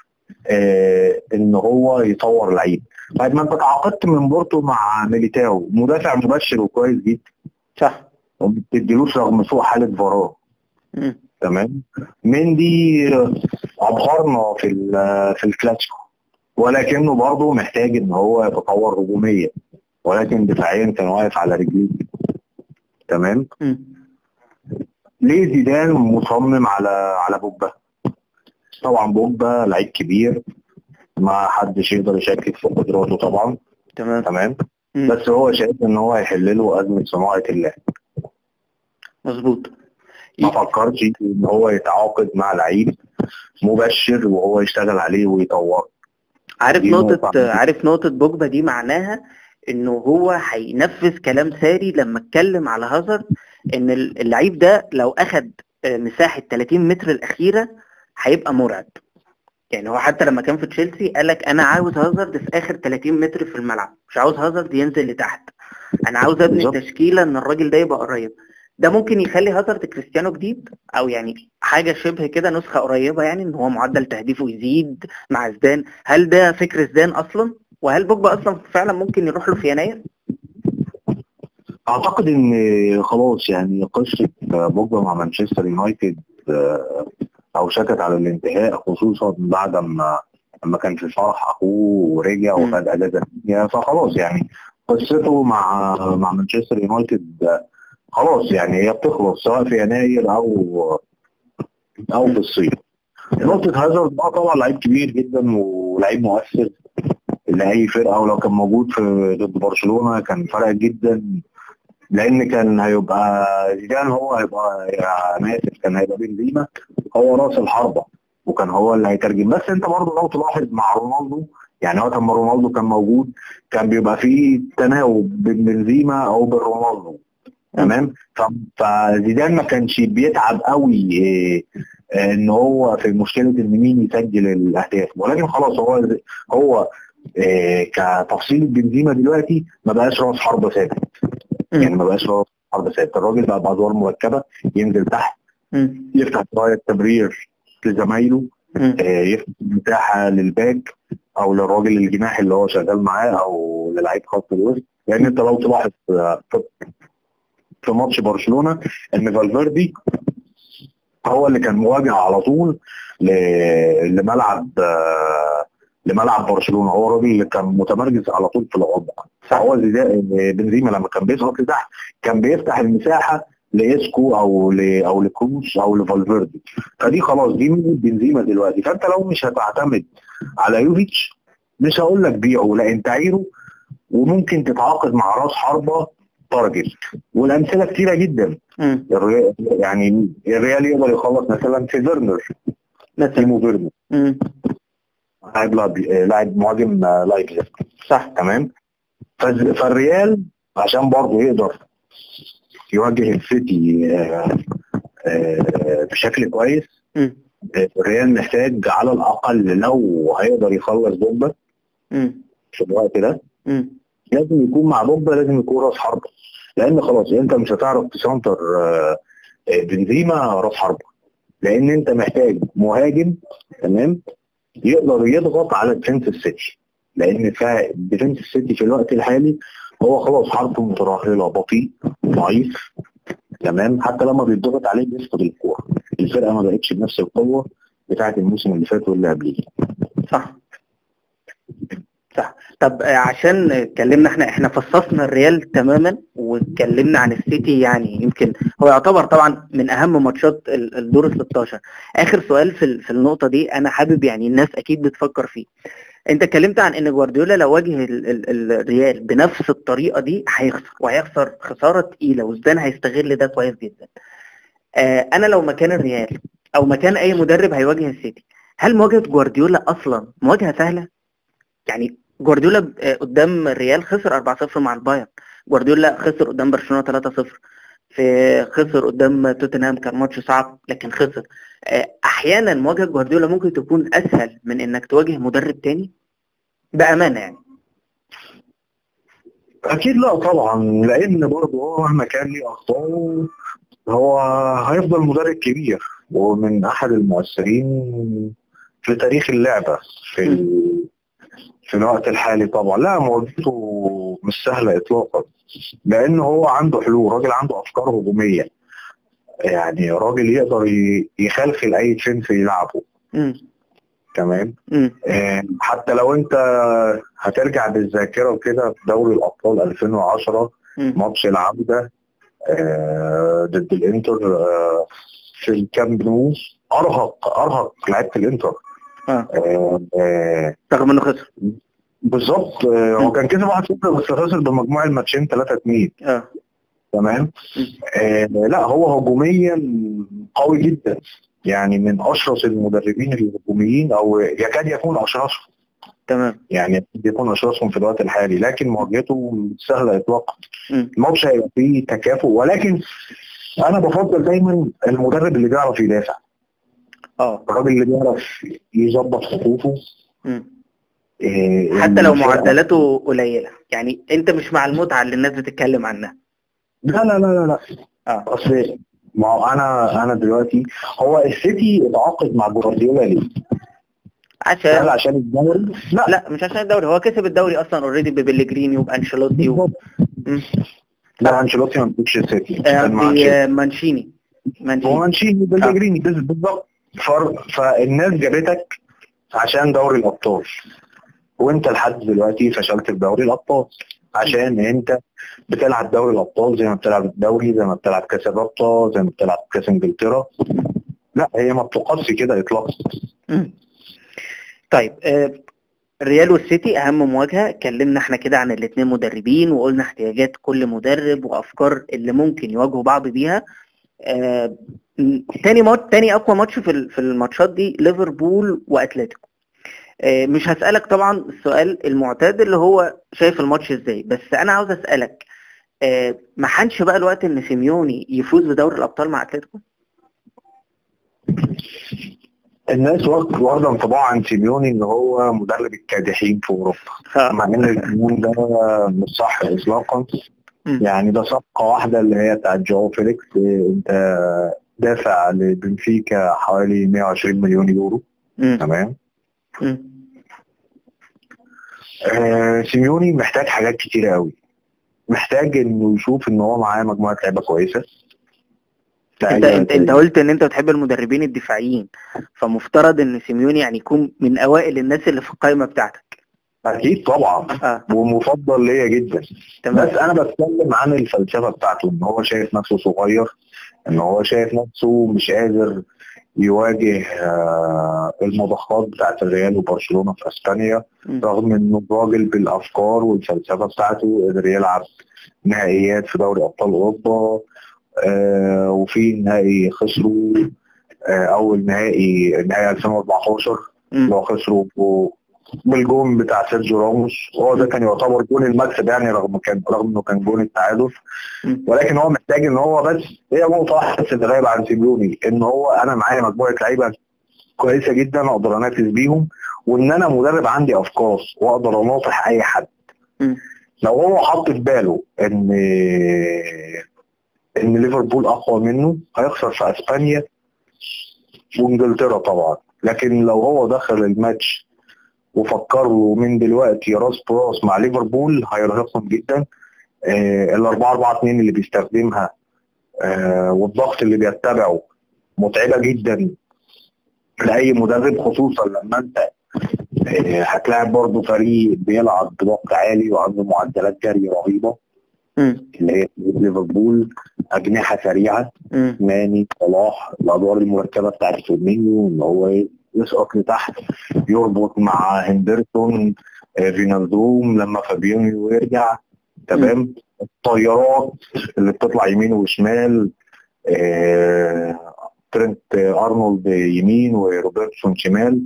ان هو يطور لعيب. طيب ما انت تعاقدت من بورتو مع ميليتاو، مدافع مبشر وكويس جدا، صح، وما بتديلوش رغم سوء حاله فاران. تمام. مندي ابهرنا في الكلاسيكو، ولكنه برضه محتاج ان هو يتطور هجوميا، ولكن دفاعيا كان واقف على رجليه. تمام. ليه زيدان مصمم على بوجبا؟ طبعا بوجبا لعيب كبير، ما حدش يقدر يشكك في قدراته طبعا. تمام. بس هو شايف ان هو هيحل له ازمه صناعه اللعب. مظبوط. ما فكرش ان هو يتعاقد مع لعيب مبشر وهو يشتغل عليه ويطور. عارف دي نقطة. نقطة بوجبا دي معناها انه هو هينفذ كلام ساري لما اتكلم على هازارد ان اللعيب ده لو اخد مساحة 30 متر الاخيرة هيبقى مرعب. يعني هو حتى لما كان في تشيلسي قالك انا عاوز هازارد في اخر 30 متر في الملعب، مش عاوز هازارد ينزل لتحت، انا عاوز ابني بالظبط. تشكيلة ان الراجل ده يبقى قريب. ده ممكن يخلي هازارد كريستيانو جديد، او يعني حاجة شبه كده نسخة قريبة، يعني ان هو معدل تهديفه يزيد مع زدان. هل ده فكر زدان اصلا؟ وهل بوجبا اصلا فعلا ممكن يروح له في يناير؟ اعتقد ان خلاص يعني قصة بوجبا مع مانشستر يونايتد اوشكت على الانتهاء، خصوصا بعد ما كان في فرح اخوه ورجع وخد اجازة تانية، فخلاص يعني قصته مع مانشستر يونايتد خلاص يعني هي بتخلص سواء في يناير او في الصيف. نقطة هازارد طبعا لعيب كبير جدا ولعيب مؤثر لأي فرقة، ولو كان موجود في ضد برشلونة كان فرق جدا، لأن كان هيبقى زيدان هو هيبقى، أنا آسف، كان هيبقى بنزيما هو رأس الحربة وكان هو اللي هيترجم. بس أنت برضه لو تلاحظ مع رونالدو، يعني وقت ما رونالدو كان موجود كان بيبقى فيه تناوب بين بنزيما أو بين رونالدو، تمام. فزيدان ما كانش بيتعب قوي ان هو في مشكله ان مين يسجل الاهداف، ولكن خلاص هو كتفصيل بنزيما دلوقتي ما بقاش راس حربه ثابت، يعني ما بقاش راس حربه ثابت. الراجل بقى بادوار مركبه، ينزل تحت يفتح شويه تمرير لزمايله، يفتح مساحه للباك او للراجل الجناح اللي هو شغال معاه او للعيب خط الوسط. لان انت لو تلاحظ في ماتش برشلونة ان فالفيردي هو اللي كان مواجه على طول لملعب برشلونة، هو الراجل اللي كان متمركز على طول في الوضع. فهو بنزيما لما كان بيضغط لتحت كان بيفتح المساحة لإسكو او لكروس او لفالفيردي، فدي خلاص دي من بنزيما دلوقتي. فانت لو مش هتعتمد على يوفيتش مش هقول لك بيعه، لا انت عيره، وممكن تتعاقد مع راس حربة تارجت، والامثله كتيره جدا. يعني الريال يقدر يخلص مثلا في فيرنر، تيمو فيرنر، لاعب مهاجم لايبزيج، صح، تمام. فالريال عشان برضه يقدر يواجه السيتي بشكل كويس، الريال محتاج على الاقل لو هيقدر يخلص بوجبا في الوقت ده لازم يكون مع بوجبا، لازم يكون راس حربة، لان خلاص انت مش هتعرف تسنتر بنزيما راس حربة، لان انت محتاج مهاجم، تمام، يقدر يضغط على ديفنس السيتي، لان ديفنس السيتي في الوقت الحالي هو خلاص حربه مترهله، بطيء، ضعيف، تمام. حتى لما بيتضغط عليه بيفقد الكوره، الفرقه ما بقتش بنفس القوه بتاعه الموسم اللي فات واللي قبليه. صح. طب عشان اتكلمنا احنا فصصنا الريال تماما واتكلمنا عن السيتي، يعني يمكن هو يعتبر طبعا من اهم ماتشات الدور ال 16. اخر سؤال في النقطة دي انا حابب يعني الناس اكيد بتفكر فيه. انت اتكلمت عن ان جوارديولا لو واجه الريال بنفس الطريقة دي هيخسر، وهيخسر خسارة تقيلة، وزدان هيستغل ده كويس جدا. انا لو مكان الريال او مكان اي مدرب هيواجه السيتي، هل مواجهة جوارديولا اصلا مواجهة سهلة؟ يعني جوارديولا قدام الريال خسر 4-0 مع البايرن، جوارديولا خسر قدام برشلونة 3-0، خسر قدام توتنهام، كان ماتش صعب لكن خسر. احيانا مواجهة جوارديولا ممكن تكون اسهل من انك تواجه مدرب تاني بأمانة يعني. اكيد لا طبعا، لان برضه هو مهما كان ليه اخطاء هو هيفضل مدرب كبير ومن احد المؤثرين في تاريخ اللعبة في الوقت الحالي. طبعا لا، مواجهته مش سهلة اطلاقا، لان هو عنده حلول، راجل عنده افكار هجومية، يعني راجل يقدر يخلخل اي تشينس يلعبه، تمام. حتى لو انت هترجع بالذاكرة وكده في دوري الابطال 2010 ماتش العودة ضد الانتر في الكامب نو، ارهق لعيبه الانتر رغم انه خسر. بالظبط، هو كان كسب 1-0 بس خسر بمجموع الماتشين 3-2. تمام. لا هو هجوميا قوي جدا، يعني من اشرس المدربين الهجوميين، او يكاد يكون اشرسهم، تمام. يعني يكاد يكون اشرسهم في الوقت الحالي، لكن مواجهته مش سهله اطلاقا. مم. الماتش هيبقى فيه تكافؤ، ولكن انا بفضل دايما المدرب اللي بيعرف يدافع، الراجل اللي بيعرف يظبط خطوطه. مم. إيه، حتى لو الفرقه. معدلاته قليلة، يعني انت مش مع المتعة اللي الناس بتتكلم عنها. لا لا لا لا لا. اه اصل ما هو انا دلوقتي، هو السيتي اتعاقد مع جوارديولا ليه؟ هل عشان عشان الدوري؟ لا. لا، مش عشان الدوري، هو كسب الدوري اصلا اوريدي ببليجريني وبانشيلوتي بالظبط. مم. لا، انشيلوتي ما مسكش السيتي، كان مع قصدي تشيلسي. مانشيني. هو مانشيني اه بلجريني بالظبط. فالناس جابتك عشان دوري الابطال، وانت لحد دلوقتي فشلت في دوري الابطال، عشان انت بتلعب دوري الابطال زي ما بتلعب الدوري، زي ما بتلعب كاس الرابطه، زي ما بتلعب كاس انجلترا. لا، هي ما بتقاسش كده اطلاقا. مم. طيب الريال والسيتي اهم مواجهة، اتكلمنا احنا كده عن الاثنين مدربين وقلنا احتياجات كل مدرب وافكار اللي ممكن يواجهوا بعض بيها. آه، تاني اقوى ماتش في الماتشات دي ليفربول واتلتيكو. مش هسألك طبعا السؤال المعتاد اللي هو شايف الماتش ازاي، بس انا عاوز اسألك ما حانش بقى الوقت ان سيميوني يفوز بدوري الابطال مع اتلتيكو؟ الناس واخده انطباع عن سيميوني ان هو مدرب الكادحين في اوروبا، مع ان الكلام ده مش صح اطلاقا. يعني ده صفقه واحده اللي هي بتاعت جو فيليكس. انت دافع لبنفيكا حوالي 120 مليون يورو. تمام. سيميوني محتاج حاجات كتيره قوي. محتاج انه يشوف ان هو معاه مجموعه لعيبه كويسه. انت قلت ان انت بتحب المدربين الدفاعيين، فمفترض ان سيميوني يعني يكون من اوائل الناس اللي في القائمه بتاعتك. اكيد طبعا. ومفضل ليا جدا. تمام. بس انا بتكلم عن الفلسفه بتاعته، ان هو شايف نفسه صغير، ان هو شايف نفسه مش قادر يواجه المضخات بتاعت الريال وبرشلونه في اسبانيا، رغم انه الراجل بالافكار والفلسفه بتاعته قدر يلعب نهائيات في دوري ابطال اوروبا. وفي نهائي خسروا، اول نهائي 2014 لو خسروا بالجون بتاع سيرجيو راموس. هو ده كان يعتبر جون المكسب، يعني رغم انه كان جون التعادل. ولكن هو محتاج ان هو بس، هي نقطه واحده بس اللي غايبه عن سيميوني، ان هو انا معايا مجموعه لعيبه كويسه جدا اقدر انافس بيهم، وان انا مدرب عندي افكار واقدر اناصح اي حد. لو هو حط في باله ان ليفربول اقوى منه هيخسر في اسبانيا وانجلترا طبعا. لكن لو هو دخل الماتش وفكر له من دلوقتي راس براس مع ليفربول هيرهقهم جدا. ال4-4-2 اللي بيستخدمها والضغط اللي بيتبعه متعبه جدا لاي مدرب، خصوصا لما انت هتلاعب برضه فريق بيلعب بضغط عالي وعنده معدلات جري رهيبه اللي هي ليفربول، اجنحه سريعه، ماني، صلاح، الادوار المركبه بتاعت فيرمينيو ان هو يسقط لتحت يربط مع هندرسون، فينالدوم لما فابينيو يرجع. تمام. الطيارات اللي بتطلع يمين وشمال، ترنت ارنولد يمين وروبرتسون شمال.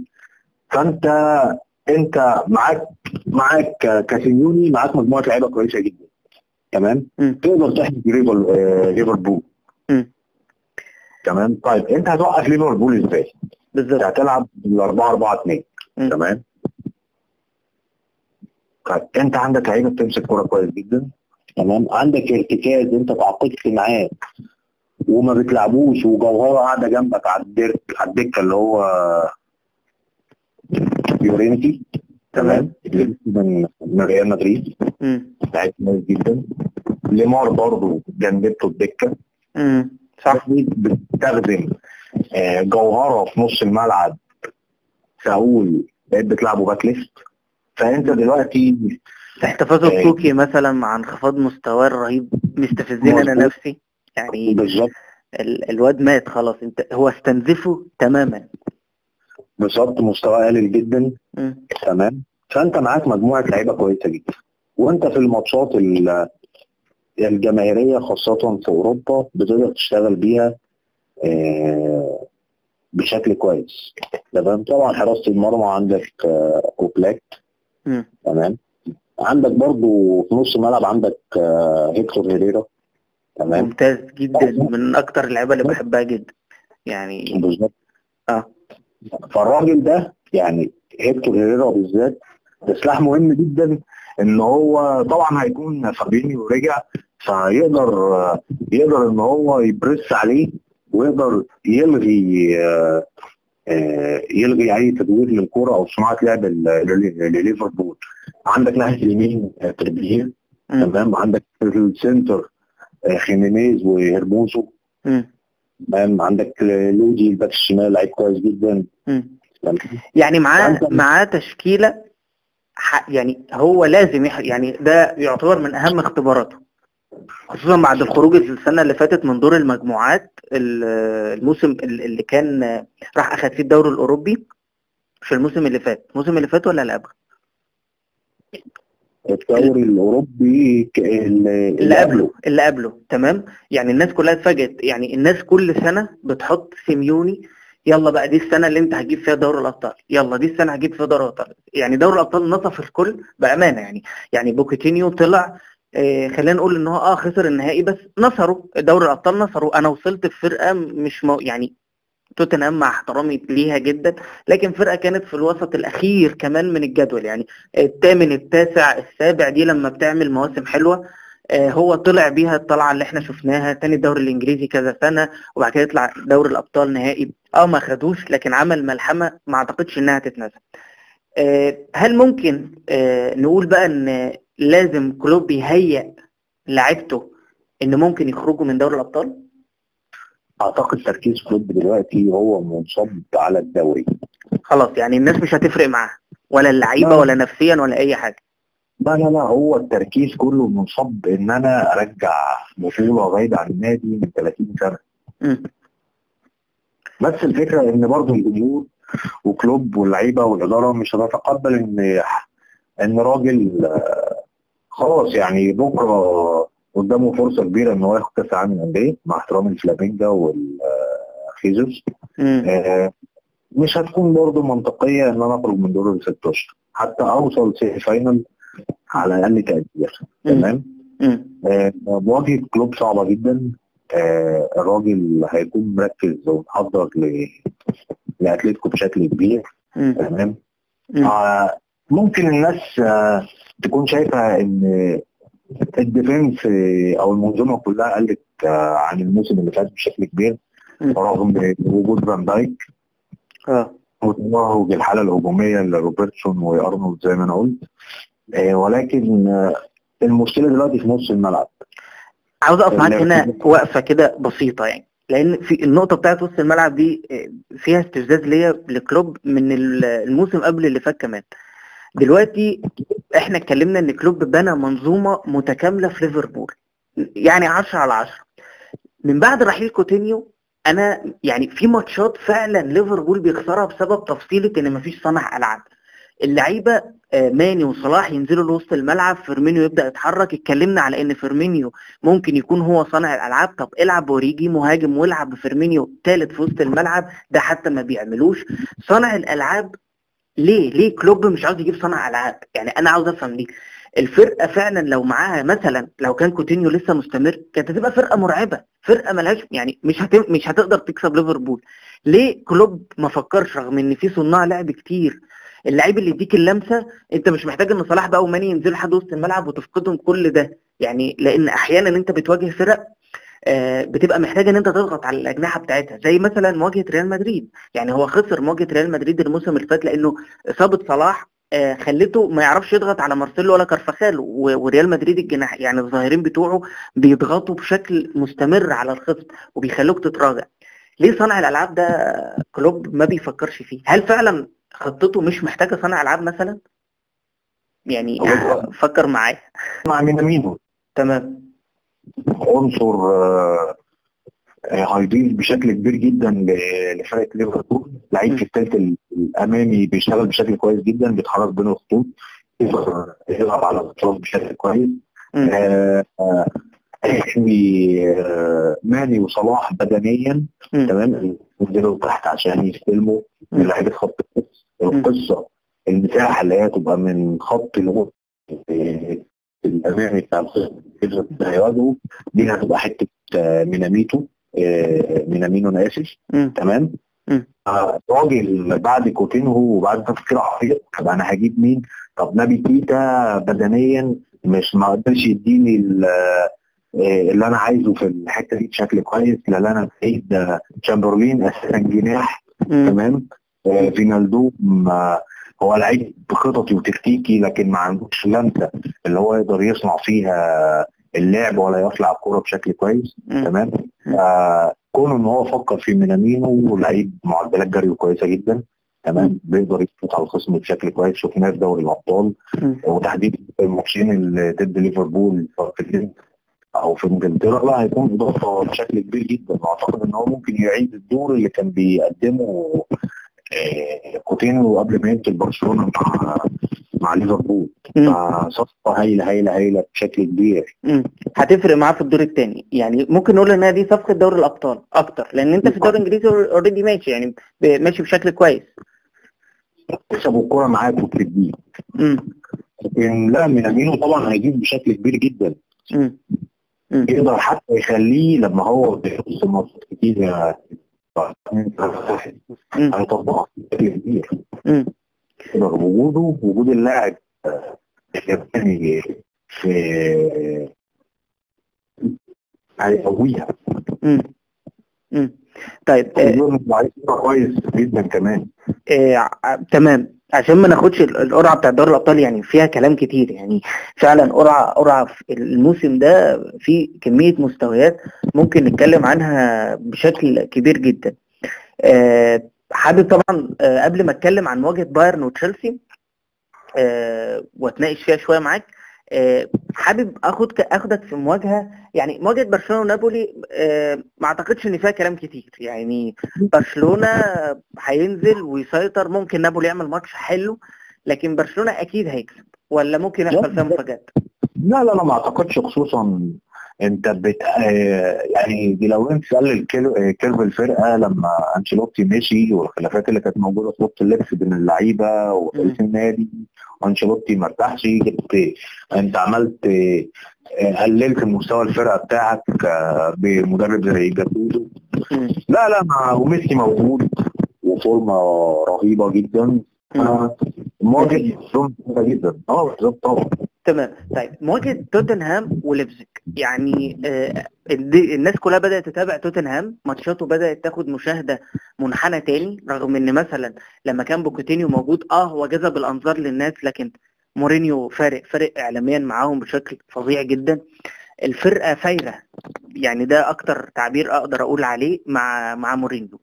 فانت معاك كاسيميوني، معاك مجموعه لعيبه كويسه جدا. تمام. تقدر تحمي ليفربول. تمام. طيب انت هتوقف ليفربول ازاي؟ بالظبط. هتلعب بال4-4-2. تمام. طيب انت عندك لعيبه بتمسك كوره كويس جدا. تمام. عندك ارتكاز انت تعاقدت معاه وما بتلعبوش، وجوهره قاعده جنبك على الدكه اللي هو يورينتي. تمام. من ريال مدريد. لعيب كويس جدا. ليمار برضه جنبته الدكه. صح. بتستخدم جوهره في نص الملعب، ساول بقيت بتلعبه باك ليفت. فانت دلوقتي احتفاظ الكوكي مثلا مع انخفاض مستواه الرهيب مستفزين انا نفسي يعني. بالظبط. الواد مات خلاص، هو استنزفه تماما. بالظبط. مستواه قليل جدا. تمام. فانت معاك مجموعه لعيبه كويسه جدا، وانت في الماتشات الجماهيريه خاصه في اوروبا بتقدر تشتغل بيها بشكل كويس. تمام. طبعا حراسة المرمى عندك اوبلاك. مم. تمام. عندك برضو في نص الملعب عندك هيكتور هيريرا. تمام. ممتاز جدا، من اكتر اللعيبه اللي بحبها جدا يعني. بالظبط. اه فالراجل ده يعني هيكتور هيريرا بالذات ده سلاح مهم جدا، ان هو طبعا هيكون فابينيو رجع، يقدر ان هو يبرس عليه، ويقدر يلغي اي تدوير للكرة او صناعه لعب لليفربول. عندك ناحيه اليمين تريبيير. مم. تمام. عندك في السنتر خيمينيز وهرموزو. مم. تمام. عندك لودي الباك الشمال لعيب كويس جدا. مم. تمام. يعني معاه فانت معاه تشكيله يعني هو لازم يعني ده يعتبر من اهم اختباراته، خصوصا بعد الخروج السنه اللي فاتت من دور المجموعات، الموسم اللي كان راح اخد فيه الدوري الاوروبي. في الموسم اللي فات ولا اللي قبله؟ الدوري الاوروبي اللي قبله. اللي قبله. تمام. يعني الناس كلها اتفاجئت، يعني الناس كل سنه بتحط سيميوني، يلا بقى دي السنه اللي انت هتجيب فيها دوري الابطال، يلا دي السنه هتجيب فيها دوري الابطال. يعني دوري الابطال نصف الكل بامانه يعني. يعني بوكيتينيو طلع، خلينا نقول ان هو خسر النهائي، بس نصروا دوري الابطال، نصروا. انا وصلت في فرقه مش يعني توتنهام مع احترامي ليها جدا، لكن فرقه كانت في الوسط الاخير كمان من الجدول، يعني الثامن التاسع السابع، دي لما بتعمل مواسم حلوه. هو طلع بيها الطلعه اللي احنا شفناها، تاني الدوري الانجليزي كذا سنه، وبعد كده يطلع دوري الابطال نهائي. ما خدوش، لكن عمل ملحمه ما اعتقدش انها تتنسى. هل ممكن نقول بقى ان لازم كلوب يهيئ لعيبته ان ممكن يخرجوا من دوري الابطال؟ اعتقد تركيز كلوب دلوقتي هو منصب على الدوري. خلاص، يعني الناس مش هتفرق معاه، ولا اللعيبه لا ولا نفسيا ولا اي حاجه. لا هو التركيز كله منصب ان انا ارجع بطوله غايبه عن النادي من 30 سنه. مم. بس الفكره ان برضه الجمهور وكلوب واللعيبه والاداره مش هتتقبل ان راجل خلاص يعني بكره قدامه فرصه كبيره ان هو ياخد كاس العالم للانديه مع احترام الفلامينجا والخيزوس. مم. مش هتكون برضه منطقيه ان انا اخرج من دور ال 16 حتى اوصل سيمي فاينل على الاقل تقدير. تمام. مم. مواجهه كلوب صعبه جدا. الراجل هيكون مركز ومحضر لاتلتيكو بشكل كبير. مم. تمام. مم. ممكن الناس تكون شايفه ان الديفنس او المنظومه كلها قلت عن الموسم اللي فات بشكل كبير، مم. رغم وجود فان دايك اه وتوهج الحاله الهجوميه لروبرتسون وارنولد زي ما انا قلت. ولكن المشكله دلوقتي في نص الملعب. عاوز اقف معاك هنا وقفه كده بسيطه، يعني لان في النقطه بتاعت وسط الملعب دي فيها استفزاز ليا لكلوب من الموسم قبل اللي فات كمان. دلوقتي احنا اتكلمنا ان كلوب بنى منظومه متكامله في ليفربول، يعني 10 على 10. من بعد رحيل كوتينيو، انا يعني في ماتشات فعلا ليفربول بيخسرها بسبب تفصيله ان مفيش صانع العاب. اللعيبه ماني وصلاح ينزلوا لوسط الملعب، فيرمينيو يبدا يتحرك. اتكلمنا على ان فيرمينيو ممكن يكون هو صانع الالعاب، طب العب وريجي مهاجم والعب بفيرمينيو ثالث في وسط الملعب، ده حتى ما بيعملوش صانع الالعاب. ليه كلوب مش عاوز يجيب صانع العاب؟ يعني انا عاوز افهم ليه. الفرقه فعلا لو معاها مثلا، لو كان كوتينيو لسه مستمر، كانت هتبقى فرقه مرعبه، فرقه ملهاش يعني مش هتقدر تكسب ليفربول. ليه كلوب ما فكرش رغم ان في صناع لعب كتير، اللعيب اللي يديك اللمسه؟ انت مش محتاج ان صلاح بقى وماني ينزلوا لحد وسط الملعب وتفقدهم كل ده، يعني لان احيانا انت بتواجه فرق بتبقى محتاجه ان انت تضغط على الاجنحه بتاعتها، زي مثلا مواجهه ريال مدريد. يعني هو خسر مواجهه ريال مدريد الموسم اللي فات لانه اصابه صلاح خلته ما يعرفش يضغط على مارسيلو ولا كارفاخال، وريال مدريد الجناح يعني الظاهرين بتوعه بيضغطوا بشكل مستمر على الخصم وبيخلوك تتراجع. ليه صانع الالعاب ده كلوب ما بيفكرش فيه؟ هل فعلا خطته مش محتاجه صانع العاب مثلا؟ يعني فكر معايا. مع مينامينو تمام. عنصر هيضيف بشكل كبير جدا لفرقه ليفربول. لعيب في الثالث الامامي بيشتغل بشكل كويس جدا، بيتحرك بين الخطوط، يقدر يلعب على الاطراف بشكل كويس. هيحمي ماني وصلاح بدنيا. مم. تمام، ينزلوا تحت عشان يستلموا من لعيبه خط النص. القصه المساحه اللي هي تبقى من خط الوسط الامامي بتاع الخصم اللي هيواجهوا دي هتبقى حته ميناميتو مينامينو انا اسف. مم. تمام. مم. راجل بعد كوتينهو وبعد تفكير عقيق، طب انا هجيب مين؟ طب نبي كيتا بدنيا مش ما قدرش يديني اللي انا عايزه في الحته دي بشكل كويس. لا انا بعيد تشامبرلين اساسا جناح. مم. تمام. فينالدو هو لعيب بخططي وتكتيكي لكن ما عندوش لمسه اللي هو يقدر يصنع فيها اللعب ولا يطلع الكوره بشكل كويس. مم. تمام. كونه ان هو فكر في مينامينو لعيب معدلات جري كويسه جدا. تمام، بيقدر يفوت على الخصم بشكل كويس. شفناه في دوري الابطال مم. وتحديدا في الماتشين اللي ضد ليفربول او في انجلترا. لا هيكون اضافه بشكل كبير جدا، واعتقد ان هو ممكن يعيد الدور اللي كان بيقدمه كوتينو قبل ما ينتقل برشلونه مع ليفربول. مم. فصفقه هايله بشكل كبير. هتفرق معاه في الدور الثاني، يعني ممكن نقول انها دي صفقه دوري الابطال اكتر، لان انت في الدوري الانجليزي اوريدي ماشي، يعني ماشي بشكل كويس. كسبوا الكوره معاك وبتديه. مم. لكن لا، مينامينو طبعا هيجيب بشكل كبير جدا. مم. مم. يقدر حتى يخليه لما هو بيحط ماتشات كتير هيطبقها بشكل كبير. مم. وجود اللاعب الياباني في هيقويها. طيب كويس جدا كمان. تمام، عشان ما ناخدش القرعه بتاع دوري الابطال، يعني فيها كلام كتير، يعني فعلا قرعه في الموسم ده في كميه مستويات ممكن نتكلم عنها بشكل كبير جدا. حابب طبعا قبل ما اتكلم عن مواجهه بايرن وتشيلسي واتناقش فيها شويه معاك، حابب اخدك في مواجهه، يعني مواجهه برشلونه ونابولي. ما اعتقدش ان فيها كلام كتير، يعني برشلونه هينزل ويسيطر، ممكن نابولي يعمل ماتش حلو، لكن برشلونه اكيد هيكسب، ولا ممكن يحصل فيها مفاجآت؟ لا ما اعتقدش، خصوصا انت يعني دي لو انت تقلل كيرف الفرقه لما انشيلوتي مشي والخلافات اللي كانت موجوده في اوضه اللبس بين اللعيبه ورئيس النادي، وانشيلوتي ما ارتاحش، انت عملت قللت مستوى الفرقه بتاعك بمدرب زي جاتوزو. لا وميسي موجود وفورمه رهيبه جدا. مواجهه جدا بالظبط طبعا. تمام. طيب مواجهة توتنهام وليبزيج، يعني الناس كلها بدأت تتابع توتنهام، ماتشاته بدأت تاخد مشاهدة منحنى تاني، رغم ان مثلا لما كان بوكوتينيو موجود هو جذب الانظار للناس، لكن مورينيو فارق اعلاميا معاهم بشكل فظيع جدا. الفرقة فايرة، يعني ده اكتر تعبير اقدر اقول عليه مع مورينيو.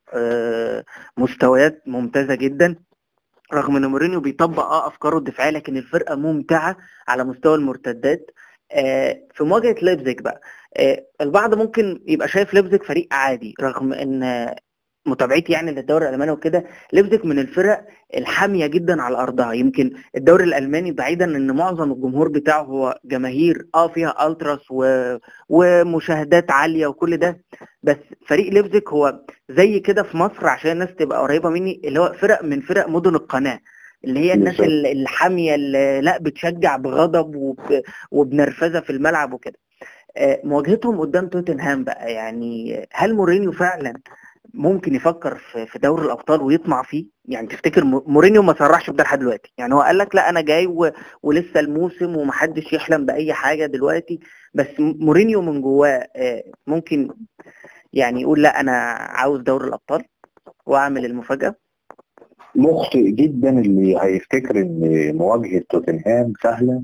مستويات ممتازة جدا، رغم ان مورينيو بيطبق افكاره الدفاعيه، لكن الفرقه ممتعه على مستوى المرتدات. في مواجهه ليبزيج بقى، البعض ممكن يبقى شايف ليبزيج فريق عادي، رغم ان متابعتي يعني للدوري الالماني وكده، ليبزيج من الفرق الحاميه جدا على ارضها. يمكن الدوري الالماني بعيدا ان معظم الجمهور بتاعه هو جماهير فيها التراس ومشاهدات عاليه وكل ده، بس فريق ليبزيج هو زي كده في مصر، عشان الناس تبقى قريبه مني، اللي هو فرق من فرق مدن القناه، اللي هي الناس الحاميه اللي لا بتشجع بغضب وبنرفزه في الملعب وكده. مواجهتهم قدام توتنهام بقى، يعني هل مورينيو فعلا ممكن يفكر في دوري الابطال ويطمع فيه؟ يعني تفتكر مورينيو ما صرحش بده لحد دلوقتي، يعني هو قال لك لا انا جاي ولسه الموسم ومحدش يحلم باي حاجه دلوقتي، بس مورينيو من جواه ممكن يعني يقول لا انا عاوز دوري الابطال واعمل المفاجاه؟ مخطئ جدا اللي هيفتكر ان مواجهه توتنهام سهله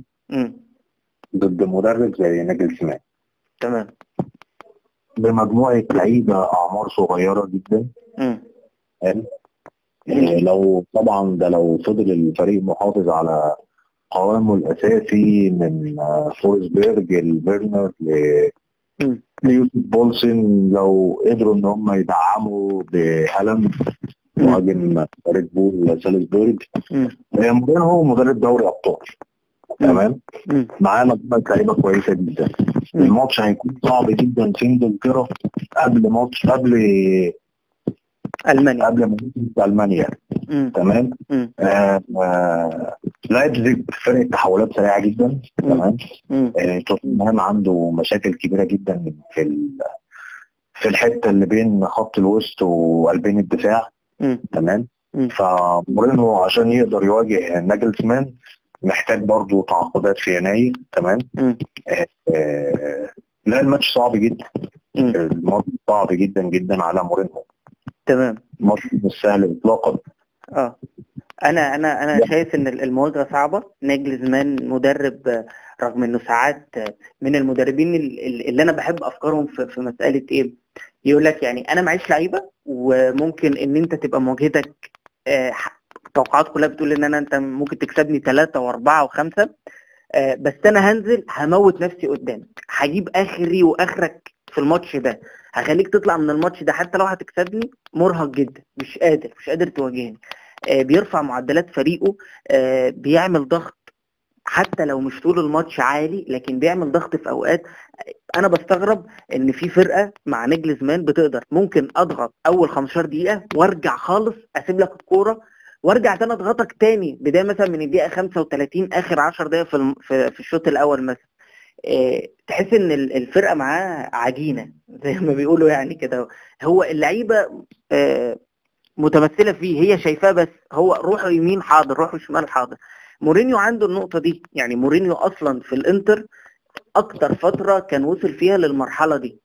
ضد مدرب زي ناجلسمان. تمام. بمجموعه لعيبه اعمار صغيره جدا. لو طبعا ده لو فضل الفريق محافظ على قوامه الاساسي من فورسبيرج لفيرنر ليوسف بولسن، لو قدروا ان هم يدعموا بهالاند مهاجم ريد بول سالزبورج، مورينيو هو مدرب دوري ابطال. تمام. معاه مجموعه لعيبه كويسه جدا. الماتش هيكون صعب جدا في انجلترا قبل المانيا. المانيا. تمام. لايبزيج فرقه تحولات سريعه جدا. تمام. توتنهام عنده مشاكل كبيره جدا في الحته اللي بين خط الوسط وقلبين الدفاع. تمام. فمورينو عشان يقدر يواجه ناجلزمان محتاج برضو تعاقدات في يناير. تمام. لا الماتش صعب جدا. الماتش صعب جدا جدا على مورينو. تمام. الماتش مش سهل اطلاقا. انا شايف ان المواجهه صعبه. ناجلزمان مدرب رغم انه ساعات من المدربين اللي انا بحب افكارهم في مساله ايه، يقول لك يعني انا معيش لعيبه وممكن ان انت تبقى مواجهتك التوقعات كلها بتقول ان انت ممكن تكسبني 3 و4 و5، بس انا هنزل هموت نفسي قدامك، هجيب اخري واخرك في الماتش ده، هخليك تطلع من الماتش ده حتى لو هتكسبني مرهق جدا، مش قادر تواجهني. بيرفع معدلات فريقه، بيعمل ضغط حتى لو مش طول الماتش عالي، لكن بيعمل ضغط في اوقات. انا بستغرب ان في فرقه مع نجلزمان بتقدر ممكن اضغط اول 15 دقيقه وارجع خالص اسيب لك الكوره وارجع تاني اضغطك تاني، بدايه مثلا من الدقيقه 35 اخر 10 دقائق في الشوط الاول مثلا. تحس ان الفرقه معاه عجينه زي ما بيقولوا يعني كده. هو اللعيبه متمثله فيه، هي شايفاه، بس هو روحه يمين حاضر، روحه شمال حاضر. مورينيو عنده النقطه دي، يعني مورينيو اصلا في الانتر اكتر فتره كان وصل فيها للمرحله دي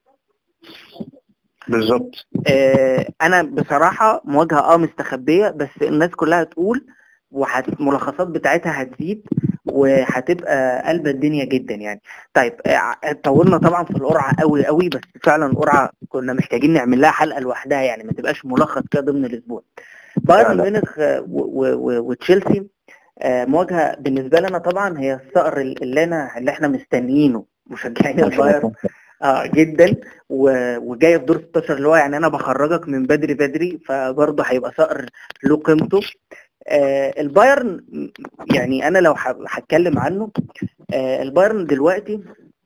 بالظبط. انا بصراحه مواجهه مستخبيه، بس الناس كلها تقول الملخصات بتاعتها هتزيد وهتبقى قلب الدنيا جدا يعني. طيب طولنا طبعا في القرعه قوي قوي، بس فعلا القرعه كنا محتاجين نعمل لها حلقه لوحدها يعني، ما تبقاش ملخص كده ضمن الاسبوع. بايرن ميونخ وتشيلسي، مواجهه بالنسبه لنا طبعا هي الصقر اللي احنا مستنيينه مشجعين البايرن جدا، وجاي في دور 16 اللي هو يعني انا بخرجك من بدري بدري، فبرضه هيبقى صقر له قيمته. البايرن يعني انا لو هتكلم عنه، البايرن دلوقتي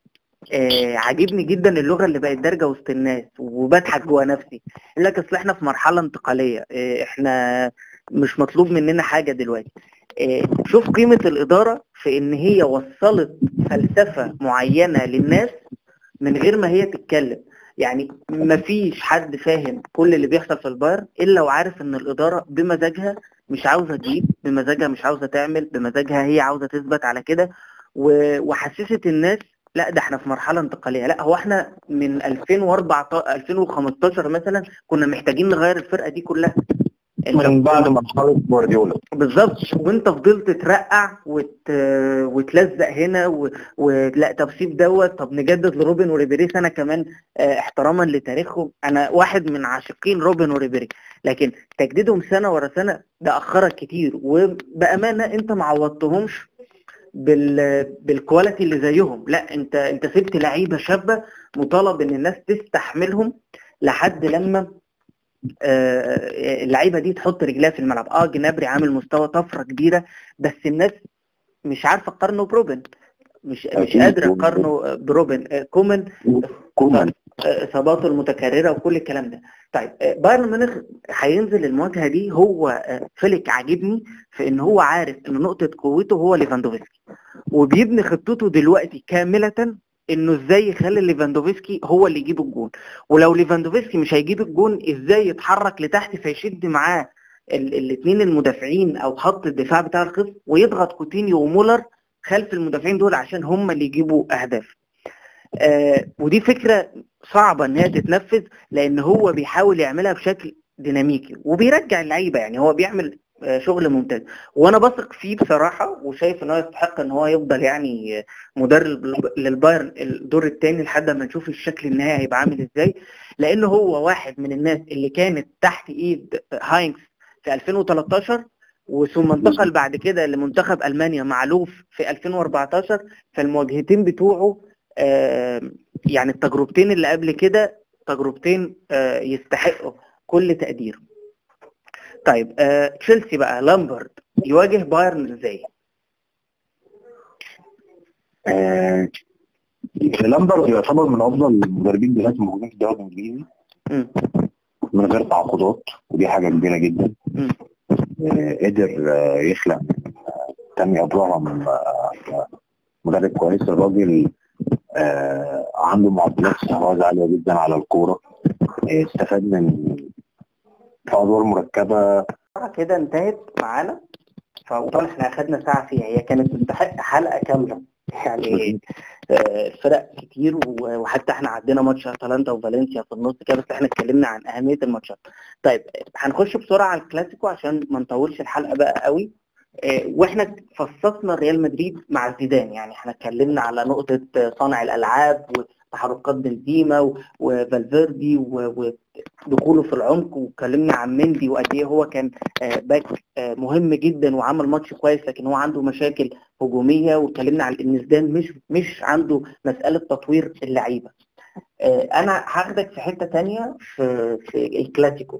عاجبني جدا اللغه اللي بقت دارجه وسط الناس، وبضحك جوه نفسي. يقول لك اصل احنا في مرحله انتقاليه، احنا مش مطلوب مننا حاجه دلوقتي. شوف قيمه الاداره في ان هي وصلت فلسفه معينه للناس من غير ما هي تتكلم. يعني مفيش حد فاهم كل اللي بيحصل في البايرن الا وعارف ان الاداره بمزاجها مش عاوزه تجيب، بمزاجها مش عاوزه تعمل، بمزاجها هي عاوزه تثبت على كده، وحسست الناس لا ده احنا في مرحله انتقاليه. لا هو احنا من 2014 2015 مثلا كنا محتاجين نغير الفرقه دي كلها من بعد مرحله جوارديولا. بالظبط. وانت فضلت ترقع وتلزق هنا ولا طب سيب دوت، طب نجدد لروبن وريبيري سنه كمان احتراما لتاريخهم. انا واحد من عاشقين روبن وريبيري، لكن تجديدهم سنه ورا سنه ده اخرك كتير، وبامانه انت ما عوضتهمش بالكواليتي اللي زيهم. لا انت سبت لعيبه شابه مطالب ان الناس تستحملهم لحد لما اللعيبه دي تحط رجلها في الملعب. جنابري عامل مستوى طفره كبيره، بس الناس مش عارفه تقارنه بروبن، مش قادره تقارنه بروبن. كومان اصاباته المتكرره وكل الكلام ده. طيب بايرن ميونخ هينزل المواجهه دي، هو فليك عاجبني في ان هو عارف ان نقطه قوته هو ليفاندوفسكي، وبيبني خطته دلوقتي كامله انه ازاي يخلي ليفاندوفسكي هو اللي يجيب الجون، ولو ليفاندوفسكي مش هيجيب الجون ازاي يتحرك لتحت فيشد معاه الاثنين المدافعين او خط الدفاع بتاع الخصم، ويضغط كوتينيو ومولر خلف المدافعين دول عشان هم اللي يجيبوا اهداف. ودي فكرة صعبة ان هي تتنفذ، لان هو بيحاول يعملها بشكل ديناميكي وبيرجع اللعيبة، يعني هو بيعمل شغل ممتاز، وانا بثق فيه بصراحة، وشايف ان هو يستحق ان هو يفضل يعني مدرب للبايرن الدور الثاني لحد ما نشوف الشكل النهائي هيبقى عامل ازاي، لان هو واحد من الناس اللي كانت تحت ايد هاينكس في 2013 وثم انتقل بعد كده لمنتخب ألمانيا مع لوف في 2014. فالمواجهتين بتوعه يعني التجربتين اللي قبل كده تجربتين يستحقوا كل تقدير. طيب تشيلسي بقى، لامبرد يواجه بايرن ازاي؟ لامبرد يعتبر من افضل المدربين دلوقتي موجودين في الدوري الانجليزي مم. من غير تعاقدات، ودي حاجه كبيره جدا. مم. قدر يخلق من تامي ابراهام مدرب كويس. الراجل عنده معدلات استحواذ عاليه جدا على الكوره، استفاد من ادوار مركبه. كده انتهت معانا، فطبعا احنا اخدنا ساعة فيها، هي كانت تستحق حلقة كاملة يعني. فرق كتير، وحتى احنا عدينا ماتش اتلانتا وفالنسيا في النص كده، بس احنا اتكلمنا عن اهمية الماتشات. طيب هنخش بسرعة على الكلاسيكو عشان ما نطولش الحلقة بقى قوي. واحنا فصصنا ريال مدريد مع زيدان، يعني احنا اتكلمنا على نقطة صانع الالعاب وتحركات بنزيما وفالفيردي ودخوله في العمق، واتكلمنا عن مندي وقد ايه هو كان باك مهم جدا وعمل ماتش كويس، لكن هو عنده مشاكل هجومية. واتكلمنا عن ان زيدان مش عنده مسألة تطوير اللعيبة. انا هاخدك في حتة تانية في الكلاسيكو.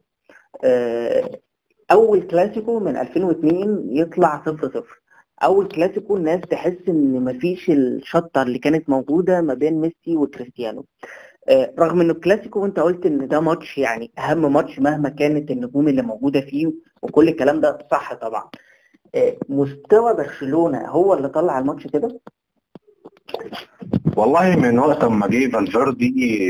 اول كلاسيكو من 2002 يطلع 0-0. اول كلاسيكو الناس تحس ان مفيش الشطه اللي كانت موجوده ما بين ميسي وكريستيانو، رغم انه الكلاسيكو وانت قلت ان ده ماتش يعني اهم ماتش مهما كانت النجوم اللي موجوده فيه وكل الكلام ده صح طبعا. مستوى برشلونه هو اللي طلع الماتش كده. والله من وقت ما جه فالفيردي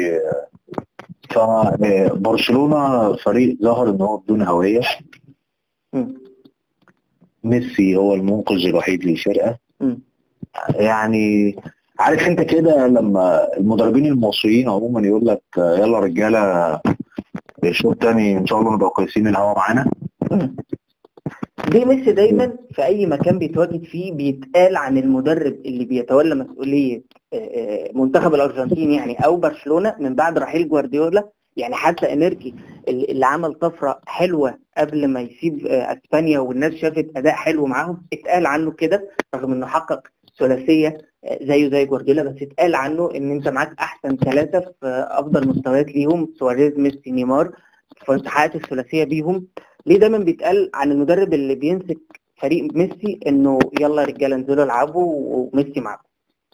فبرشلونه فريق ظهر ان هو بدون هويه. م. ميسي هو المنقذ الوحيد للفرقه. م. يعني عارف انت كده لما المدربين المصريين عموما يقول لك يلا رجاله شوط تاني ان شاء الله نبقى كويسين الهوا معانا. م. ليه ميسي دايما في اي مكان بيتواجد فيه بيتقال عن المدرب اللي بيتولى مسؤولية منتخب الارجنتين يعني او برشلونة من بعد رحيل جوارديولا؟ يعني حتى انيركي اللي عمل طفرة حلوة قبل ما يسيب اسبانيا والناس شافت اداء حلو معاهم، اتقال عنه كده رغم انه حقق ثلاثية زيه زي جوارديولا، بس اتقال عنه ان انت معاك احسن ثلاثة في افضل مستويات ليهم، سواريز ميسي نيمار، فانت حققت الثلاثية بيهم. ليه دايما بيتقال عن المدرب اللي بيمسك فريق ميسي انه يلا يا رجاله انزلوا العبوا وميسي معاكم؟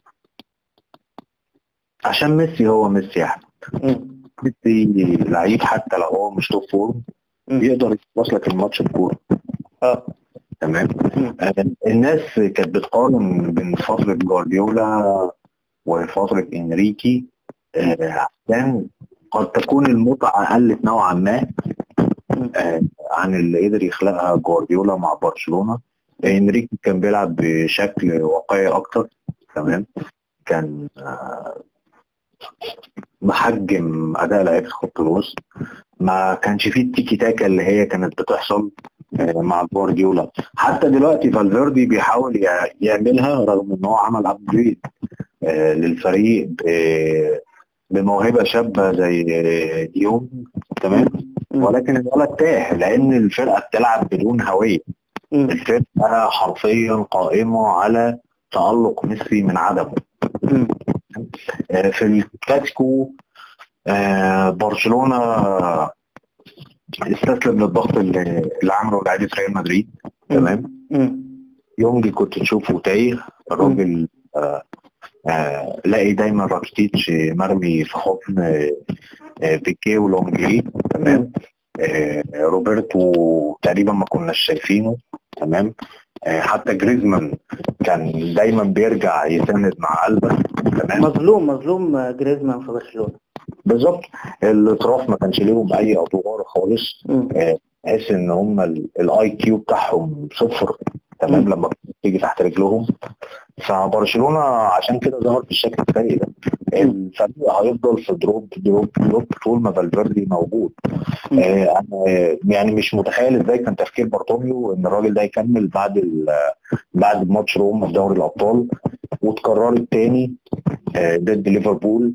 عشان ميسي هو ميسي يا احمد. ميسي لعيب حتى لو هو مش توب فورم يقدر يخلص لك الماتش بكوره. تمام. الناس كانت بتقارن بين فتره جوارديولا وفتره انريكي عشان قد تكون المتعه قلت نوعا ما عن اللي قدر يخلقها جوارديولا مع برشلونه. انريكي كان بيلعب بشكل واقعي اكتر. تمام. كان محجم اداء لعيبه خط الوسط، ما كانش فيه التيكي تاكا اللي هي كانت بتحصل مع جوارديولا. حتى دلوقتي فالفيردي بيحاول يعملها رغم ان هو عمل ابجريد للفريق بموهبه شابه زي ديونج. تمام. ولكن الولد تاه لان الفرقه بتلعب بدون هويه. الفرقه حرفيا قائمه على تألق ميسي من عدمه. في الكلاسيكو برشلونة استسلم للضغط اللي عمله لعيبة ريال مدريد. تمام. يونج كنت تشوفه تايه الراجل. لاقي دايما راكيتيتش مرمي في حضن بيكيه ولونجلي. تمام. روبرتو تقريبا ما كناش شايفينه. تمام. حتى جريزمان كان دايما بيرجع يساند مع قلبه. تمام. مظلوم جريزمان في برشلونة. بالظبط. الاطراف ما كانش ليهم اي ادوار خالص. تحس ان هم الاي كيو بتاعهم صفر. تمام. لما تيجي تحت رجلهم. فبرشلونه عشان كده ظهر بالشكل السيء ده. الفريق هيفضل في دروب طول ما فالفيردي موجود. يعني مش متخيل ازاي كان تفكير بارتوميو ان الراجل ده يكمل بعد ماتش روما في دوري الابطال، وتكررت تاني ضد ليفربول.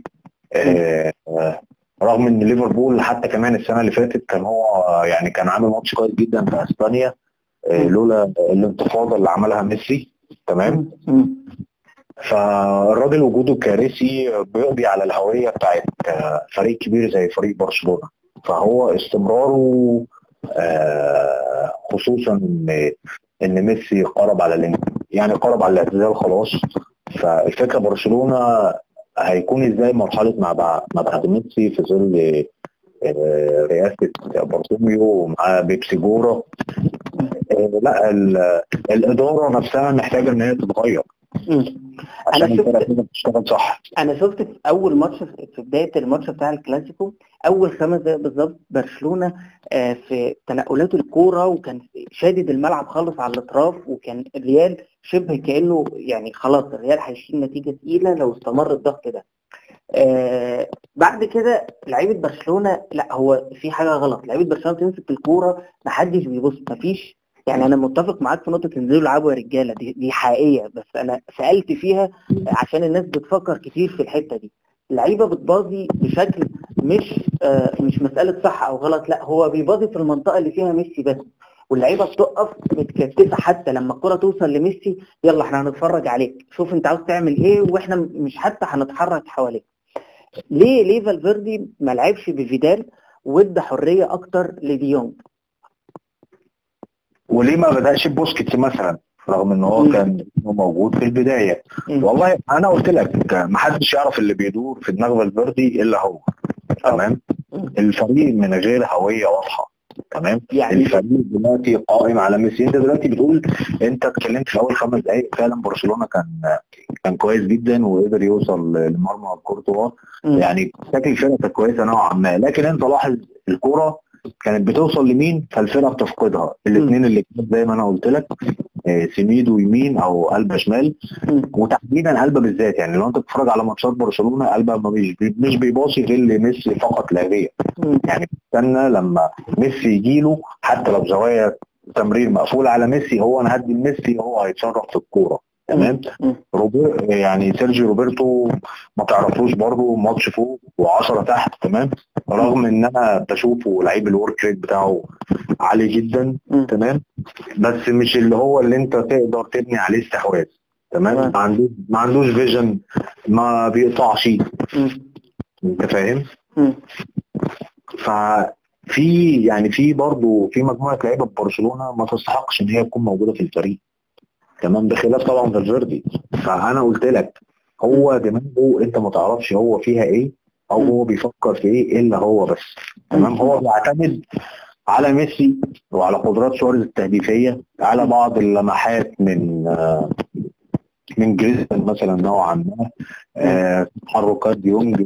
رغم ان ليفربول حتى كمان السنه اللي فاتت كان هو يعني كان عامل ماتش كويس جدا في اسبانيا لولا الانتفاضه اللي عملها ميسي. تمام. فالراجل وجوده كارثي بيقضي على الهويه بتاعت فريق كبير زي فريق برشلونه. فهو استمراره خصوصا ان ميسي قرب على الاعتزال خلاص. فالفكره برشلونه هيكون ازاي مرحله ما بعد ميسي في ظل رئاسه بارتوميو مع بيبسي جورا. لا الاداره نفسها محتاجه ان هي تتغير مم. عشان انا الفرقه شفت كده تشتغل صح. انا شفت في اول ماتش، في بدايه الماتش بتاع الكلاسيكو، اول 5 دقايق بالظبط برشلونه في تنقلات الكوره، وكان شادد الملعب خالص على الاطراف، وكان الريال شبه كانه يعني خلاص الريال هيشيل نتيجه تقيله لو استمر الضغط ده. بعد كده لعيبه برشلونه، لا هو في حاجه غلط، لعيبه برشلونه بتمسك الكوره محدش بيبص، مفيش. يعني انا متفق معاك في نقطه انزلوا العبوا يا رجاله، دي حقيقيه، بس انا سالت فيها عشان الناس بتفكر كتير في الحته دي. اللعيبه بتباظي بشكل مش مساله صح او غلط، لا هو بيباظي في المنطقه اللي فيها ميسي بس، واللعيبه بتقف متكتفه حتى لما الكره توصل لميسي، يلا احنا هنتفرج عليك، شوف انت عاوز تعمل ايه، واحنا مش حتى هنتحرك حواليك. ليه فالفيردي ما لعبش بفيدال وادى حريه اكتر لديونج؟ وليه ما بدأش ببوسكيتس مثلا رغم ان هو كان موجود في البدايه؟ والله انا قلت لك محدش يعرف اللي بيدور في دماغ فالفيردي الا هو. تمام. الفريق من غير هويه واضحه. تمام. يعني الفريق دلوقتي قائم على ميسي. انت دلوقتي بتقول، انت اتكلمت في اول 5 دقائق فعلا برشلونه كان كويس جدا وقدر يوصل لمرمى كورتوا. يعني شكل الفرقه كانت كويسه نوعا ما، لكن انت لاحظ الكوره كانت بتوصل لمين فالفرقه بتفقدها. الاثنين اللي كانوا زي ما انا قلت لك، سميدو يمين او قلبه شمال، وتحديدا قلبه بالذات. يعني لو انت بتتفرج على ماتشات برشلونه، قلبه مش بيباصي غير لميسي فقط لا غير. يعني بيستنى لما ميسي يجيله، حتى لو زوايا تمرير مقفول على ميسي، هو انا هدي لميسي هو هيتصرف في الكوره. تمام. يعني سيرجيو روبرتو ما تعرفوش برضه، ماتش فوق و10 تحت. تمام. رغم ان انا بشوفه لعيب الورك ريت بتاعه عالي جدا. تمام. بس مش اللي هو اللي انت تقدر تبني عليه استحواذ. تمام. ما عندوش فيجن، ما بيقطعش. انت فاهم؟ في برضه في مجموعه لعيبه ببرشلونه ما تستحقش ان هي تكون موجوده في الفريق. تمام. بخلاف طبعا فالفيردي. فانا قلت لك هو دماغه انت ما تعرفش هو فيها ايه او هو بيفكر في ايه الا هو بس. تمام. هو بيعتمد على ميسي وعلى قدرات سواريز التهديفيه، على بعض اللمحات من جريزمان مثلا نوعا ما، تحركات ديونج،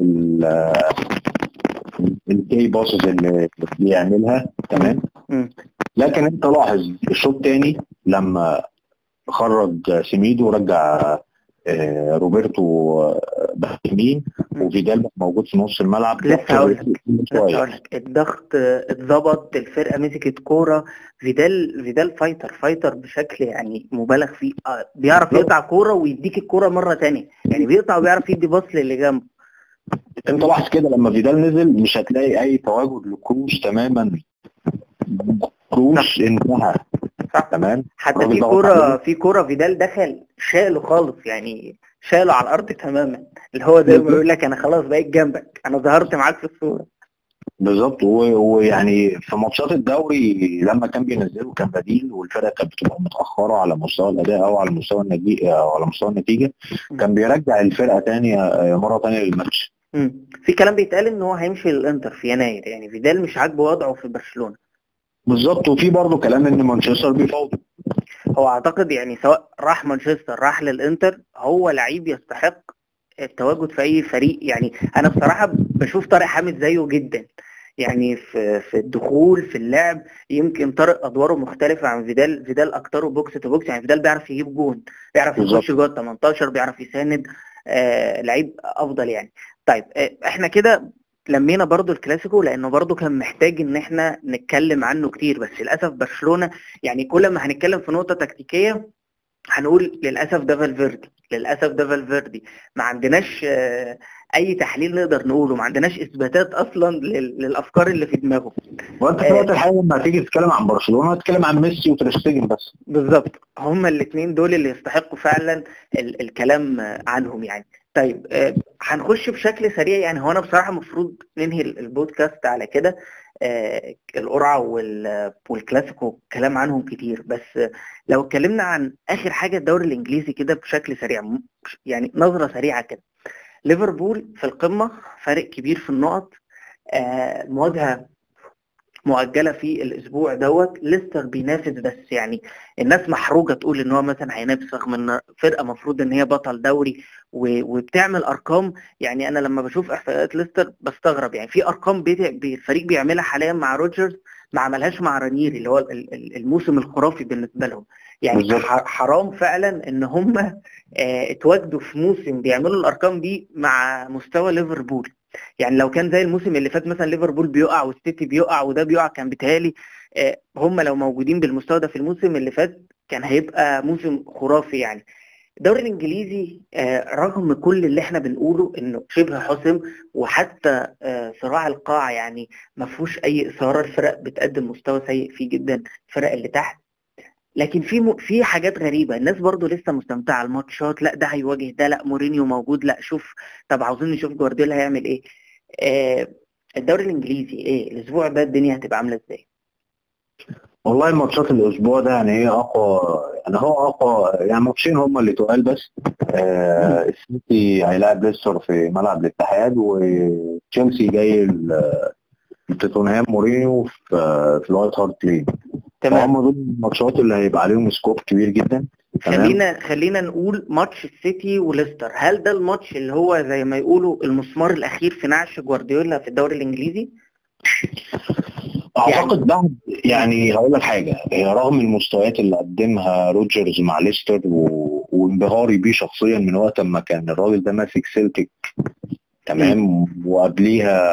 الكي باسز اللي بيعملها. تمام. لكن انت لاحظ الشوط الثاني لما خرج سميدو ورجع روبرتو باك يمين، وفيدال موجود في نص الملعب. لسه هقول لك الضغط اتظبط، الفرقه مسكت كوره، فيدال فايتر بشكل يعني مبالغ فيه، بيعرف يقطع كوره ويديك الكوره مره ثانيه، يعني بيقطع وبيعرف يدي باص للي جنبه. انت لاحظ كده لما فيدال نزل مش هتلاقي اي تواجد لكروش تماما. كروش انتهى. صح. تمام. حتى في كوره فيدال دخل شاله خالص، يعني شاله على الارض تماما، اللي هو زي ما يقول لك انا خلاص بقيت جنبك، انا ظهرت معاك في الصوره. بالظبط. ويعني في ماتشات الدوري لما كان بينزله كان بديل، والفرقه كانت بتبقى متاخره على مستوى الاداء او على مستوى النتيجه، كان بيرجع الفرقه تانية مره ثانيه للماتش. في كلام بيتقال ان هو هيمشي للانتر في يناير، يعني فيدال مش عاجبه وضعه في برشلونه. بالظبط. وفي برضه كلام ان مانشستر بيفاوضه. هو اعتقد يعني سواء راح مانشستر راح للانتر، هو لعيب يستحق التواجد في اي فريق. يعني انا بصراحه بشوف طارق حامد زيه جدا، يعني في الدخول في اللعب، يمكن طارق ادواره مختلفه عن فيدال اكتره بوكس تو بوكس، يعني فيدال بيعرف يجيب جون، بيعرف يخش جوه ال 18، بيعرف يساند، لعيب افضل يعني. طيب احنا كده لمينا برضو الكلاسيكو، لانه برضو كان محتاج ان احنا نتكلم عنه كتير، بس للاسف برشلونه يعني كل ما هنتكلم في نقطه تكتيكيه هنقول للاسف ده فالفيردي، ما عندناش اي تحليل نقدر نقوله، ما عندناش اثباتات اصلا للافكار اللي في دماغه. وانت في وقت الحقيقه لما تيجي تتكلم عن برشلونه تتكلم عن ميسي وتريشتجن بس. بالظبط، هما الاثنين دول اللي يستحقوا فعلا الكلام عنهم يعني. طيب هنخش بشكل سريع، يعني هو انا بصراحه المفروض ننهي البودكاست على كده. القرعه والكلاسيكو كلام عنهم كتير، بس لو اتكلمنا عن اخر حاجه الدوري الانجليزي كده بشكل سريع، يعني نظره سريعه كده، ليفربول في القمة، فارق كبير في النقط. مواجهة مؤجلة في الأسبوع دوت. ليستر بينافس، بس يعني الناس محروجة تقول إن هو مثلا هينافس، رغم إن فرقة مفروض إن هي بطل دوري وبتعمل أرقام. يعني أنا لما بشوف إحصائيات ليستر بستغرب، يعني في أرقام الفريق بيعملها حاليا مع روجرز ما عملهاش مع رانيري، اللي هو الموسم الخرافي بالنسبة لهم. يعني بالظبط. حرام فعلا إن هم اتواجدوا في موسم بيعملوا الأرقام دي مع مستوى ليفربول. يعني لو كان زي الموسم اللي فات مثلا ليفربول بيقع والسيتي بيقع وده بيقع، كان بيتهيألي هم لو موجودين بالمستوى ده في الموسم اللي فات كان هيبقى موسم خرافي يعني. الدوري الانجليزي رغم كل اللي احنا بنقوله انه شبه حسم، وحتى صراع القاع يعني ما فيهوش اي اثاره، الفرق بتقدم مستوى سيء فيه جدا، الفرق اللي تحت. لكن في حاجات غريبة، الناس برضو لسه مستمتعة الماتشات، لا ده هيواجه ده، لا مورينيو موجود، لا شوف، طب عاوزين نشوف جوارديولا هيعمل ايه. آه الدوري الانجليزي ايه الاسبوع ده الدنيا هتبقى عاملة ازاي؟ والله ماتشات الاسبوع ده يعني هي اقوى، يعني هو اقوى يعني ماتشين هم اللي تقال بس. السيتي هيلاعب ليستر في ملعب الاتحاد، وتشيلسي جاي توتنهام مورينيو في الوايت هارت لين. تمام. فهم دول الماتشات اللي هيبقى عليهم سكوب كبير جدا. تمام. خلينا نقول ماتش السيتي وليستر، هل ده الماتش اللي هو زي ما يقولوا المسمار الاخير في نعش جوارديولا في الدوري الانجليزي؟ اعتقد بعد يعني هقول لك حاجه، هي رغم المستويات اللي قدمها روجرز مع ليستر وانبهاري بيه شخصيا من وقت ما كان الراجل ده ماسك سيلتيك، تمام، وقبليها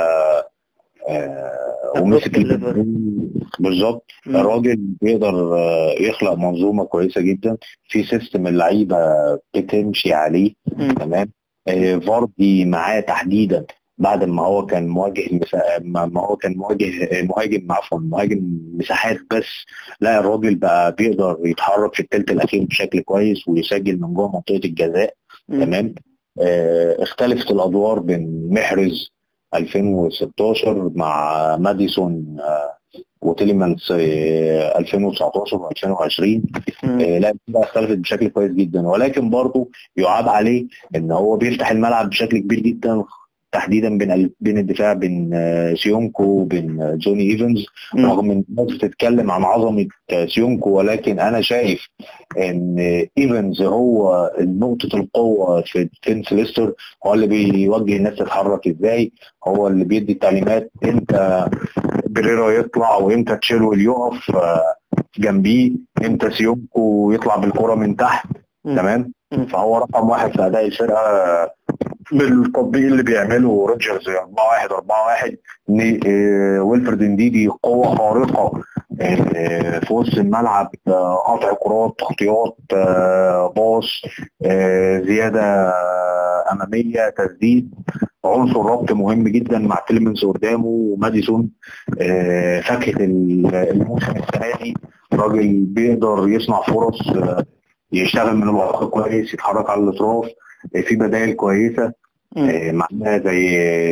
ومسك الليفر. بالظبط. الراجل بيقدر يخلق منظومه كويسه جدا في سيستم اللعيبه بتمشي عليه. تمام. فاردي معاه تحديدا بعد ما هو كان ما هو كان مهاجم مساحات بس. لا الراجل بقى بيقدر يتحرك في الثلث الاخير بشكل كويس ويسجل من جوه منطقه الجزاء. تمام. اختلفت الادوار بين محرز 2016 مع ماديسون وتيليمانس 2019 و2020. لا اختلفت بشكل كويس جدا، ولكن برضه يعاب عليه ان هو بيفتح الملعب بشكل كبير جدا، تحديدا بين الدفاع، بين سيونكو وبين جوني ايفنز. رغم ان الناس بتتكلم عن عظمه سيونكو، ولكن انا شايف ان ايفنز هو نقطه القوه في ديفنس ليستر، هو اللي بيوجه الناس تتحرك ازاي، هو اللي بيدي التعليمات امتى بريرا يطلع وامتى تشيلويل يقف جنبيه، امتى سيونكو يطلع بالكره من تحت. تمام. فهو رقم واحد في اداء الفرقه بالتطبيق اللي بيعمله روجرز 4-1-4-1. ويلفرد انديدي قوه خارقه في وسط الملعب، قطع كرات، تغطيات، باص، زياده اماميه، تسديد، عنصر ربط مهم جدا مع تيلمنز قدامه وماديسون. فاكهه الموسم السنه دي، راجل بيقدر يصنع فرص، يشتغل من الوسط كويس، يتحرك على الاطراف، في بدائل كويسه معانا زي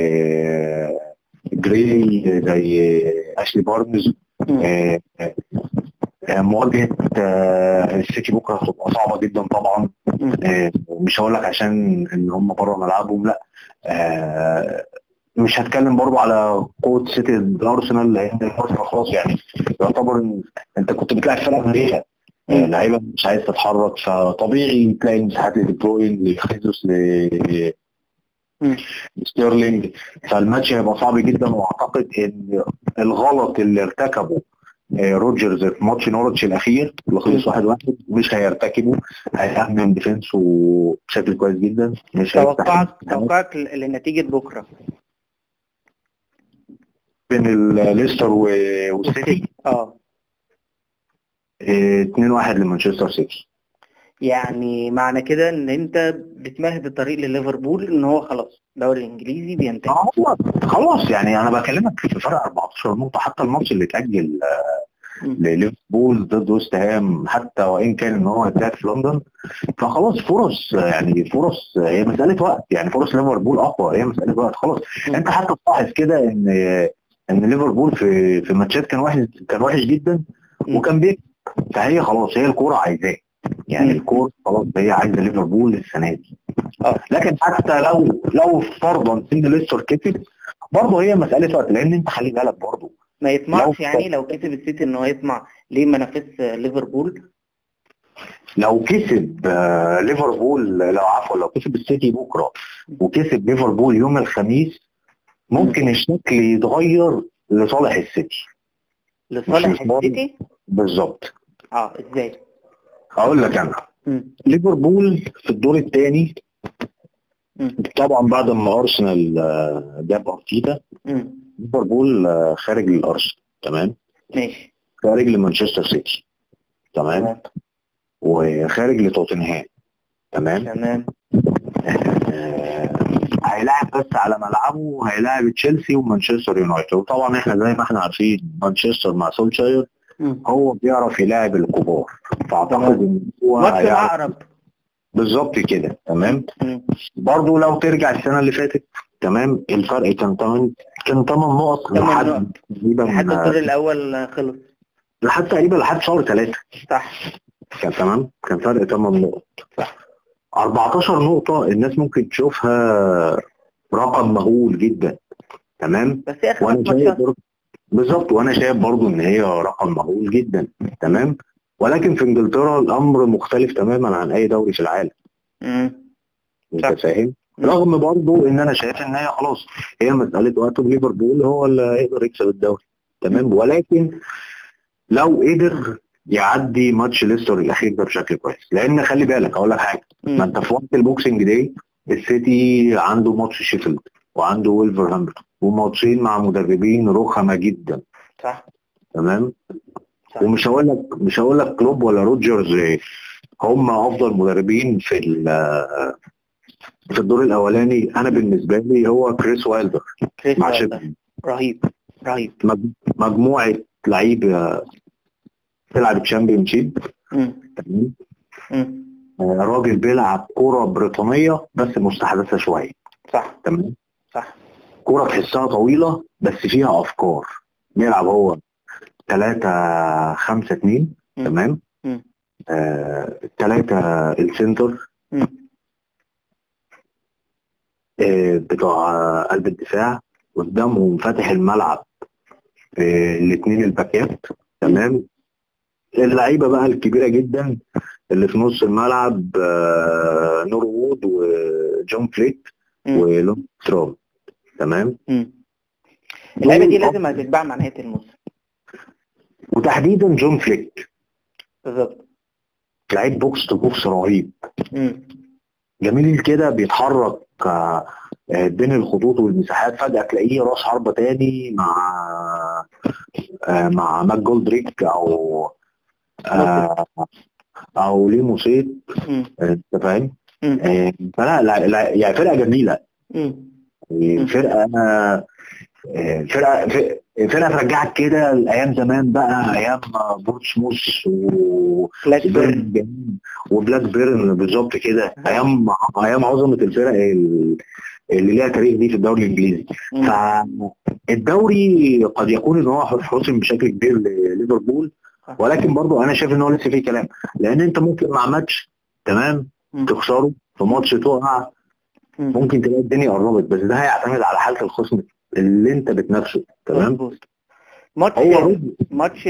جراي، زي اشلي بارنز. مواجهه السيتي بكره هتبقى صعبه جدا طبعا. مش هقول لك عشان ان هم بره ملعبهم، لا. مش هتكلم برضو على قوه سيتي الارسنال، لان الارسنال خلاص يعني يعتبر انت كنت بتلاعب فرقه غريبه، لعيبه مش عايز تتحرك، فطبيعي تلاقي مساحات لدي بروين، لخيزوس، ستيرلينج. فالماتش هيبقى صعب جدا، واعتقد ان الغلط اللي ارتكبه روجرز في ماتش نورتش الاخير اللي خلص 1-1 مش هيرتكبه، هيأمن ديفنسه بشكل كويس جدا. مش توقعك لنتيجة بكرة بين الليستر والسيتي 2-1 لمانشستر سيتي. يعني معنى كده ان انت بتمهد الطريق لليفربول ان هو خلاص الدوري الانجليزي بينتهي. خلاص يعني انا بكلمك في فرق 14 نقطة، حتى الماتش اللي اتأجل لليفربول ضد وست هام، حتى وان كان ان هو اتلعب في لندن، فخلاص فرص، يعني فرص هي مسألة وقت، يعني فرص ليفربول اقوى، هي مسألة وقت خلاص. انت حتى تلاحظ كده ان ليفربول في ماتشات كان وحش جدا وكان بيكسب، فهي خلاص هي الكورة عايزاه، يعني الكورة خلاص هي عايزة ليفربول السنة دي. لكن حتى لو فرضا ان ليستر كسب، برضه هي مساله وقت، لان انت خلي بالك برضه ما يطمعش يعني لو كسب السيتي ان هو يطمع ليه ما نافسش ليفربول؟ لو كسب ليفربول، لو كسب السيتي بكره وكسب ليفربول يوم الخميس، ممكن الشكل يتغير لصالح السيتي. لصالح السيتي؟ بالظبط. ازاي؟ هقول لك انا. ليفربول في الدور الثاني طبعا بعد ما ارسنال جاب ارتيتا، ليفربول خارج للارسنال، تمام، ماشي، خارج لمانشستر سيتي، تمام، وخارج لتوتنهام، تمام. هيلاعب بس على ملعبه، هيلاعب تشيلسي ومانشستر يونايتد، وطبعا احنا زي ما احنا عارفين مانشستر مع سولشاير هو بيعرف يلاعب الكبار، فاعتقد ان هو ماتش العقرب بالظبط كده، تمام. برضه لو ترجع السنه اللي فاتت، تمام، الفرق كان 8 نقط لحد الدور الاول خلص، لحد شهر 3. صح، كان تمام، كان فرق 8 نقط، صح. 14 نقطة الناس ممكن تشوفها رقم مهول جدا، تمام، بس هي 5 ماتشات بالظبط، وانا شايف برضو ان هي رقم مهول جدا، تمام. ولكن في انجلترا الامر مختلف تماما عن اي دوري في العالم. انت فاهم؟ رغم برضو ان انا شايف ان هي خلاص هي مسألة وقت، ليفربول هو اللي هيقدر يكسب الدوري، تمام. ولكن لو قدر يعدي ماتش ليستر الاخير ده بشكل كويس، لان خلي بالك اقول لك حاجه، ما انت في وقت البوكسنج داي السيتي عنده ماتش شيفيلد وعنده ويلفرهامبتون وماتشين مع مدربين رخمه جدا، صح، تمام، صح. ومش هقول لك كلوب ولا روجرز هم افضل مدربين في الدور الاولاني. انا بالنسبه لي هو كريس وايلدر رهيب مجموعه لعيبه تلعب تشامبيون شيب، تمام. راجل بيلعب كرة بريطانية بس مستحدثة شوية، صح، تمام، صح. كرة تحسها طويلة بس فيها أفكار. بيلعب هو 3-5-2، تمام، 3 السنتر بتوع قلب الدفاع، قدامهم فاتح الملعب الاثنين الباكات، تمام. اللعيبة بقى الكبيرة جدا اللي في نص الملعب نورwood وجون فليك ولون ستروم، تمام. اللعيبة دي لازم هتتباع مع نهاية الموسم، وتحديدا جون فليك بالظبط، لعيب بوكس تو بوكس رهيب، جميل كده، بيتحرك بين الخطوط والمساحات، فجأة تلاقيه راس حربة تاني مع ماك جولدريك او ليه موسيت، انت فاهم. فلا يعني فرقه جميله، فرقه ترجعك كده لايام زمان بقى، ايام بورتسموث وبلاك بيرن بالظبط كده، ايام عظمه الفرق اللي ليها تاريخ دي في الدوري الانجليزي. فالدوري قد يكون ان هو حسم بشكل كبير لليفربول، ولكن برضو انا شايف ان هو لسه فيه كلام، لان انت ممكن مع ماتش، تمام، تخسره، في ماتش تقع، ممكن تلاقي الدنيا قربت، بس ده هيعتمد على حاله الخصم اللي انت بتنافسه، تمام. ماتش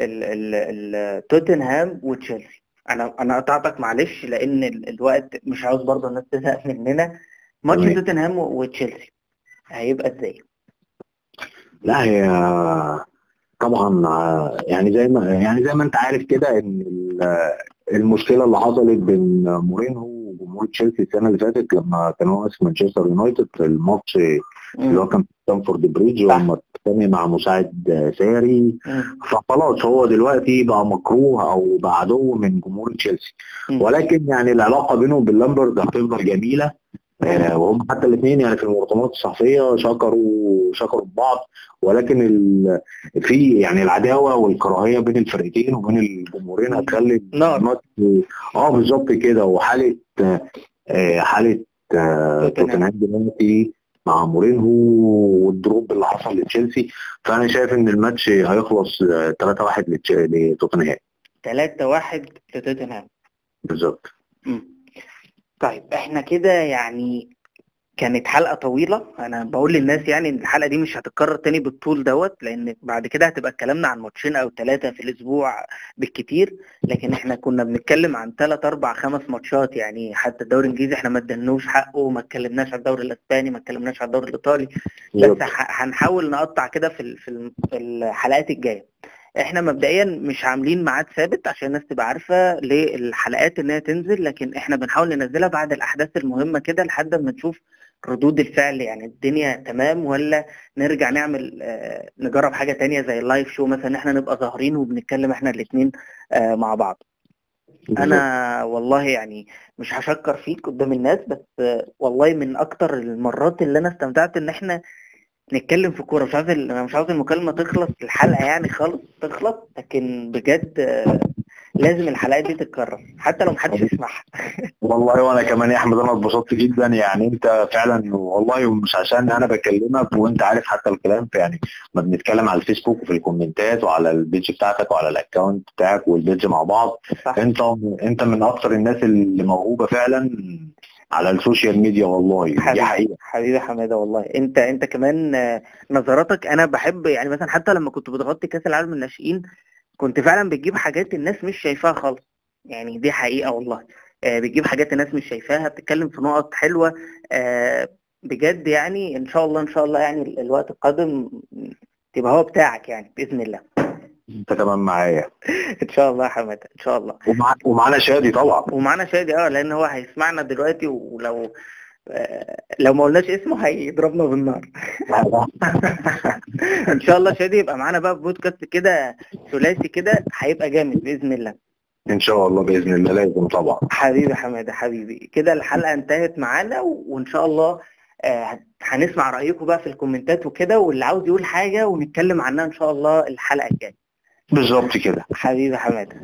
توتنهام وتشيلسي، انا قطعتك معلش لان الوقت مش عاوز برضه الناس تزهق مننا. ماتش توتنهام وتشيلسي هيبقى ازاي؟ لا هي طبعا يعني زي ما انت عارف كده ان المشكله اللي حصلت بين مورينهو وجمهور تشيلسي السنه اللي فاتت لما كان واقف مانشستر يونايتد في الماتش اللي هو كان في ستانفورد بريدج، وهم اتخانق مع مساعد ساري، فخلاص هو دلوقتي بقى مكروه او بقى عدو من جمهور تشيلسي. ولكن يعني العلاقه بينه وبين لامبرد هتفضل جميله، وهم حتى الاثنين يعني في المؤتمرات الصحفيه شكروا بعض، ولكن في يعني العداوه والكراهيه بين الفرقتين وبين الجمهورين هتخلي نار بالظبط كده. وحاله توتنهام دلوقتي مع مورينهو والدروب اللي حصل لتشيلسي، فانا شايف ان الماتش هيخلص 3-1 لتوتنهام. 3-1 لتوتنهام بالظبط. طيب احنا كده يعني كانت حلقة طويلة. أنا بقول للناس يعني إن الحلقة دي مش هتتكرر تاني بالطول دوت، لأن بعد كده هتبقى اتكلمنا عن ماتشين أو ثلاثة في الأسبوع بالكتير. لكن إحنا كنا بنتكلم عن ثلاث أربع خمس ماتشات، يعني حتى الدوري الإنجليزي إحنا ما اديناهوش حقه، ما اتكلمناش على الدوري الإسباني، ما اتكلمناش على الدوري الإيطالي. بس بالظبط. هنحاول نقطع كده في الحلقات الجاية. احنا مبدئيا مش عاملين ميعاد ثابت عشان الناس تبقى عارفة للحلقات ان هي تنزل، لكن احنا بنحاول ننزلها بعد الاحداث المهمة كده لحد ما نشوف ردود الفعل، يعني الدنيا تمام ولا نرجع نعمل نجرب حاجة تانية زي اللايف شو مثلا، ان احنا نبقى ظاهرين وبنتكلم احنا الاتنين مع بعض. بالظبط. انا والله يعني مش هشكر فيك قدام الناس، بس والله من اكتر المرات اللي انا استمتعت ان احنا نتكلم في كورة. انا مش عاوز المكالمة تخلص، الحلقة يعني خالص تخلص، لكن بجد لازم الحلقات دي تتكرر حتى لو محدش يسمعها. والله وانا كمان يا احمد انا اتبسطت جدا، يعني انت فعلا والله، ومش عشان انا بكلمك وانت عارف حتى الكلام في، يعني ما بنتكلم على الفيسبوك وفي الكومنتات وعلى البيج بتاعتك وعلى الاكونت بتاعك والبيج مع بعض. صح. انت انت من اكتر الناس اللي موهوبه فعلا على السوشيال ميديا، والله دي حبيبي حقيقه. حبيبي حماده، والله انت كمان نظراتك انا بحب، يعني مثلا حتى لما كنت بتغطي كاس العالم للناشئين كنت فعلا بتجيب حاجات الناس مش شايفاها خالص. يعني دي حقيقة والله. بتجيب حاجات الناس مش شايفاها، بتتكلم في نقط حلوة. بجد يعني ان شاء الله ان شاء الله يعني الوقت القادم تبقى هو بتاعك يعني بإذن الله. انت كمان معايا. ان شاء الله يا حماده ان شاء الله. ومعانا شادي طبعا. ومعانا شادي، لان هو هيسمعنا دلوقتي، ولو لو ما قلناش اسمه هيضربنا بالنار. ان شاء الله شادي يبقى معانا بقى في بودكاست كده ثلاثي كده، هيبقى جامد باذن الله. ان شاء الله باذن الله لازم طبعا. حبيبي حماده حبيبي، كده الحلقه انتهت معانا، وان شاء الله هنسمع رايكم بقى في الكومنتات وكده، واللي عاوز يقول حاجه ونتكلم عنها ان شاء الله الحلقه الجايه. بالظبط كده. حبيبي حماده.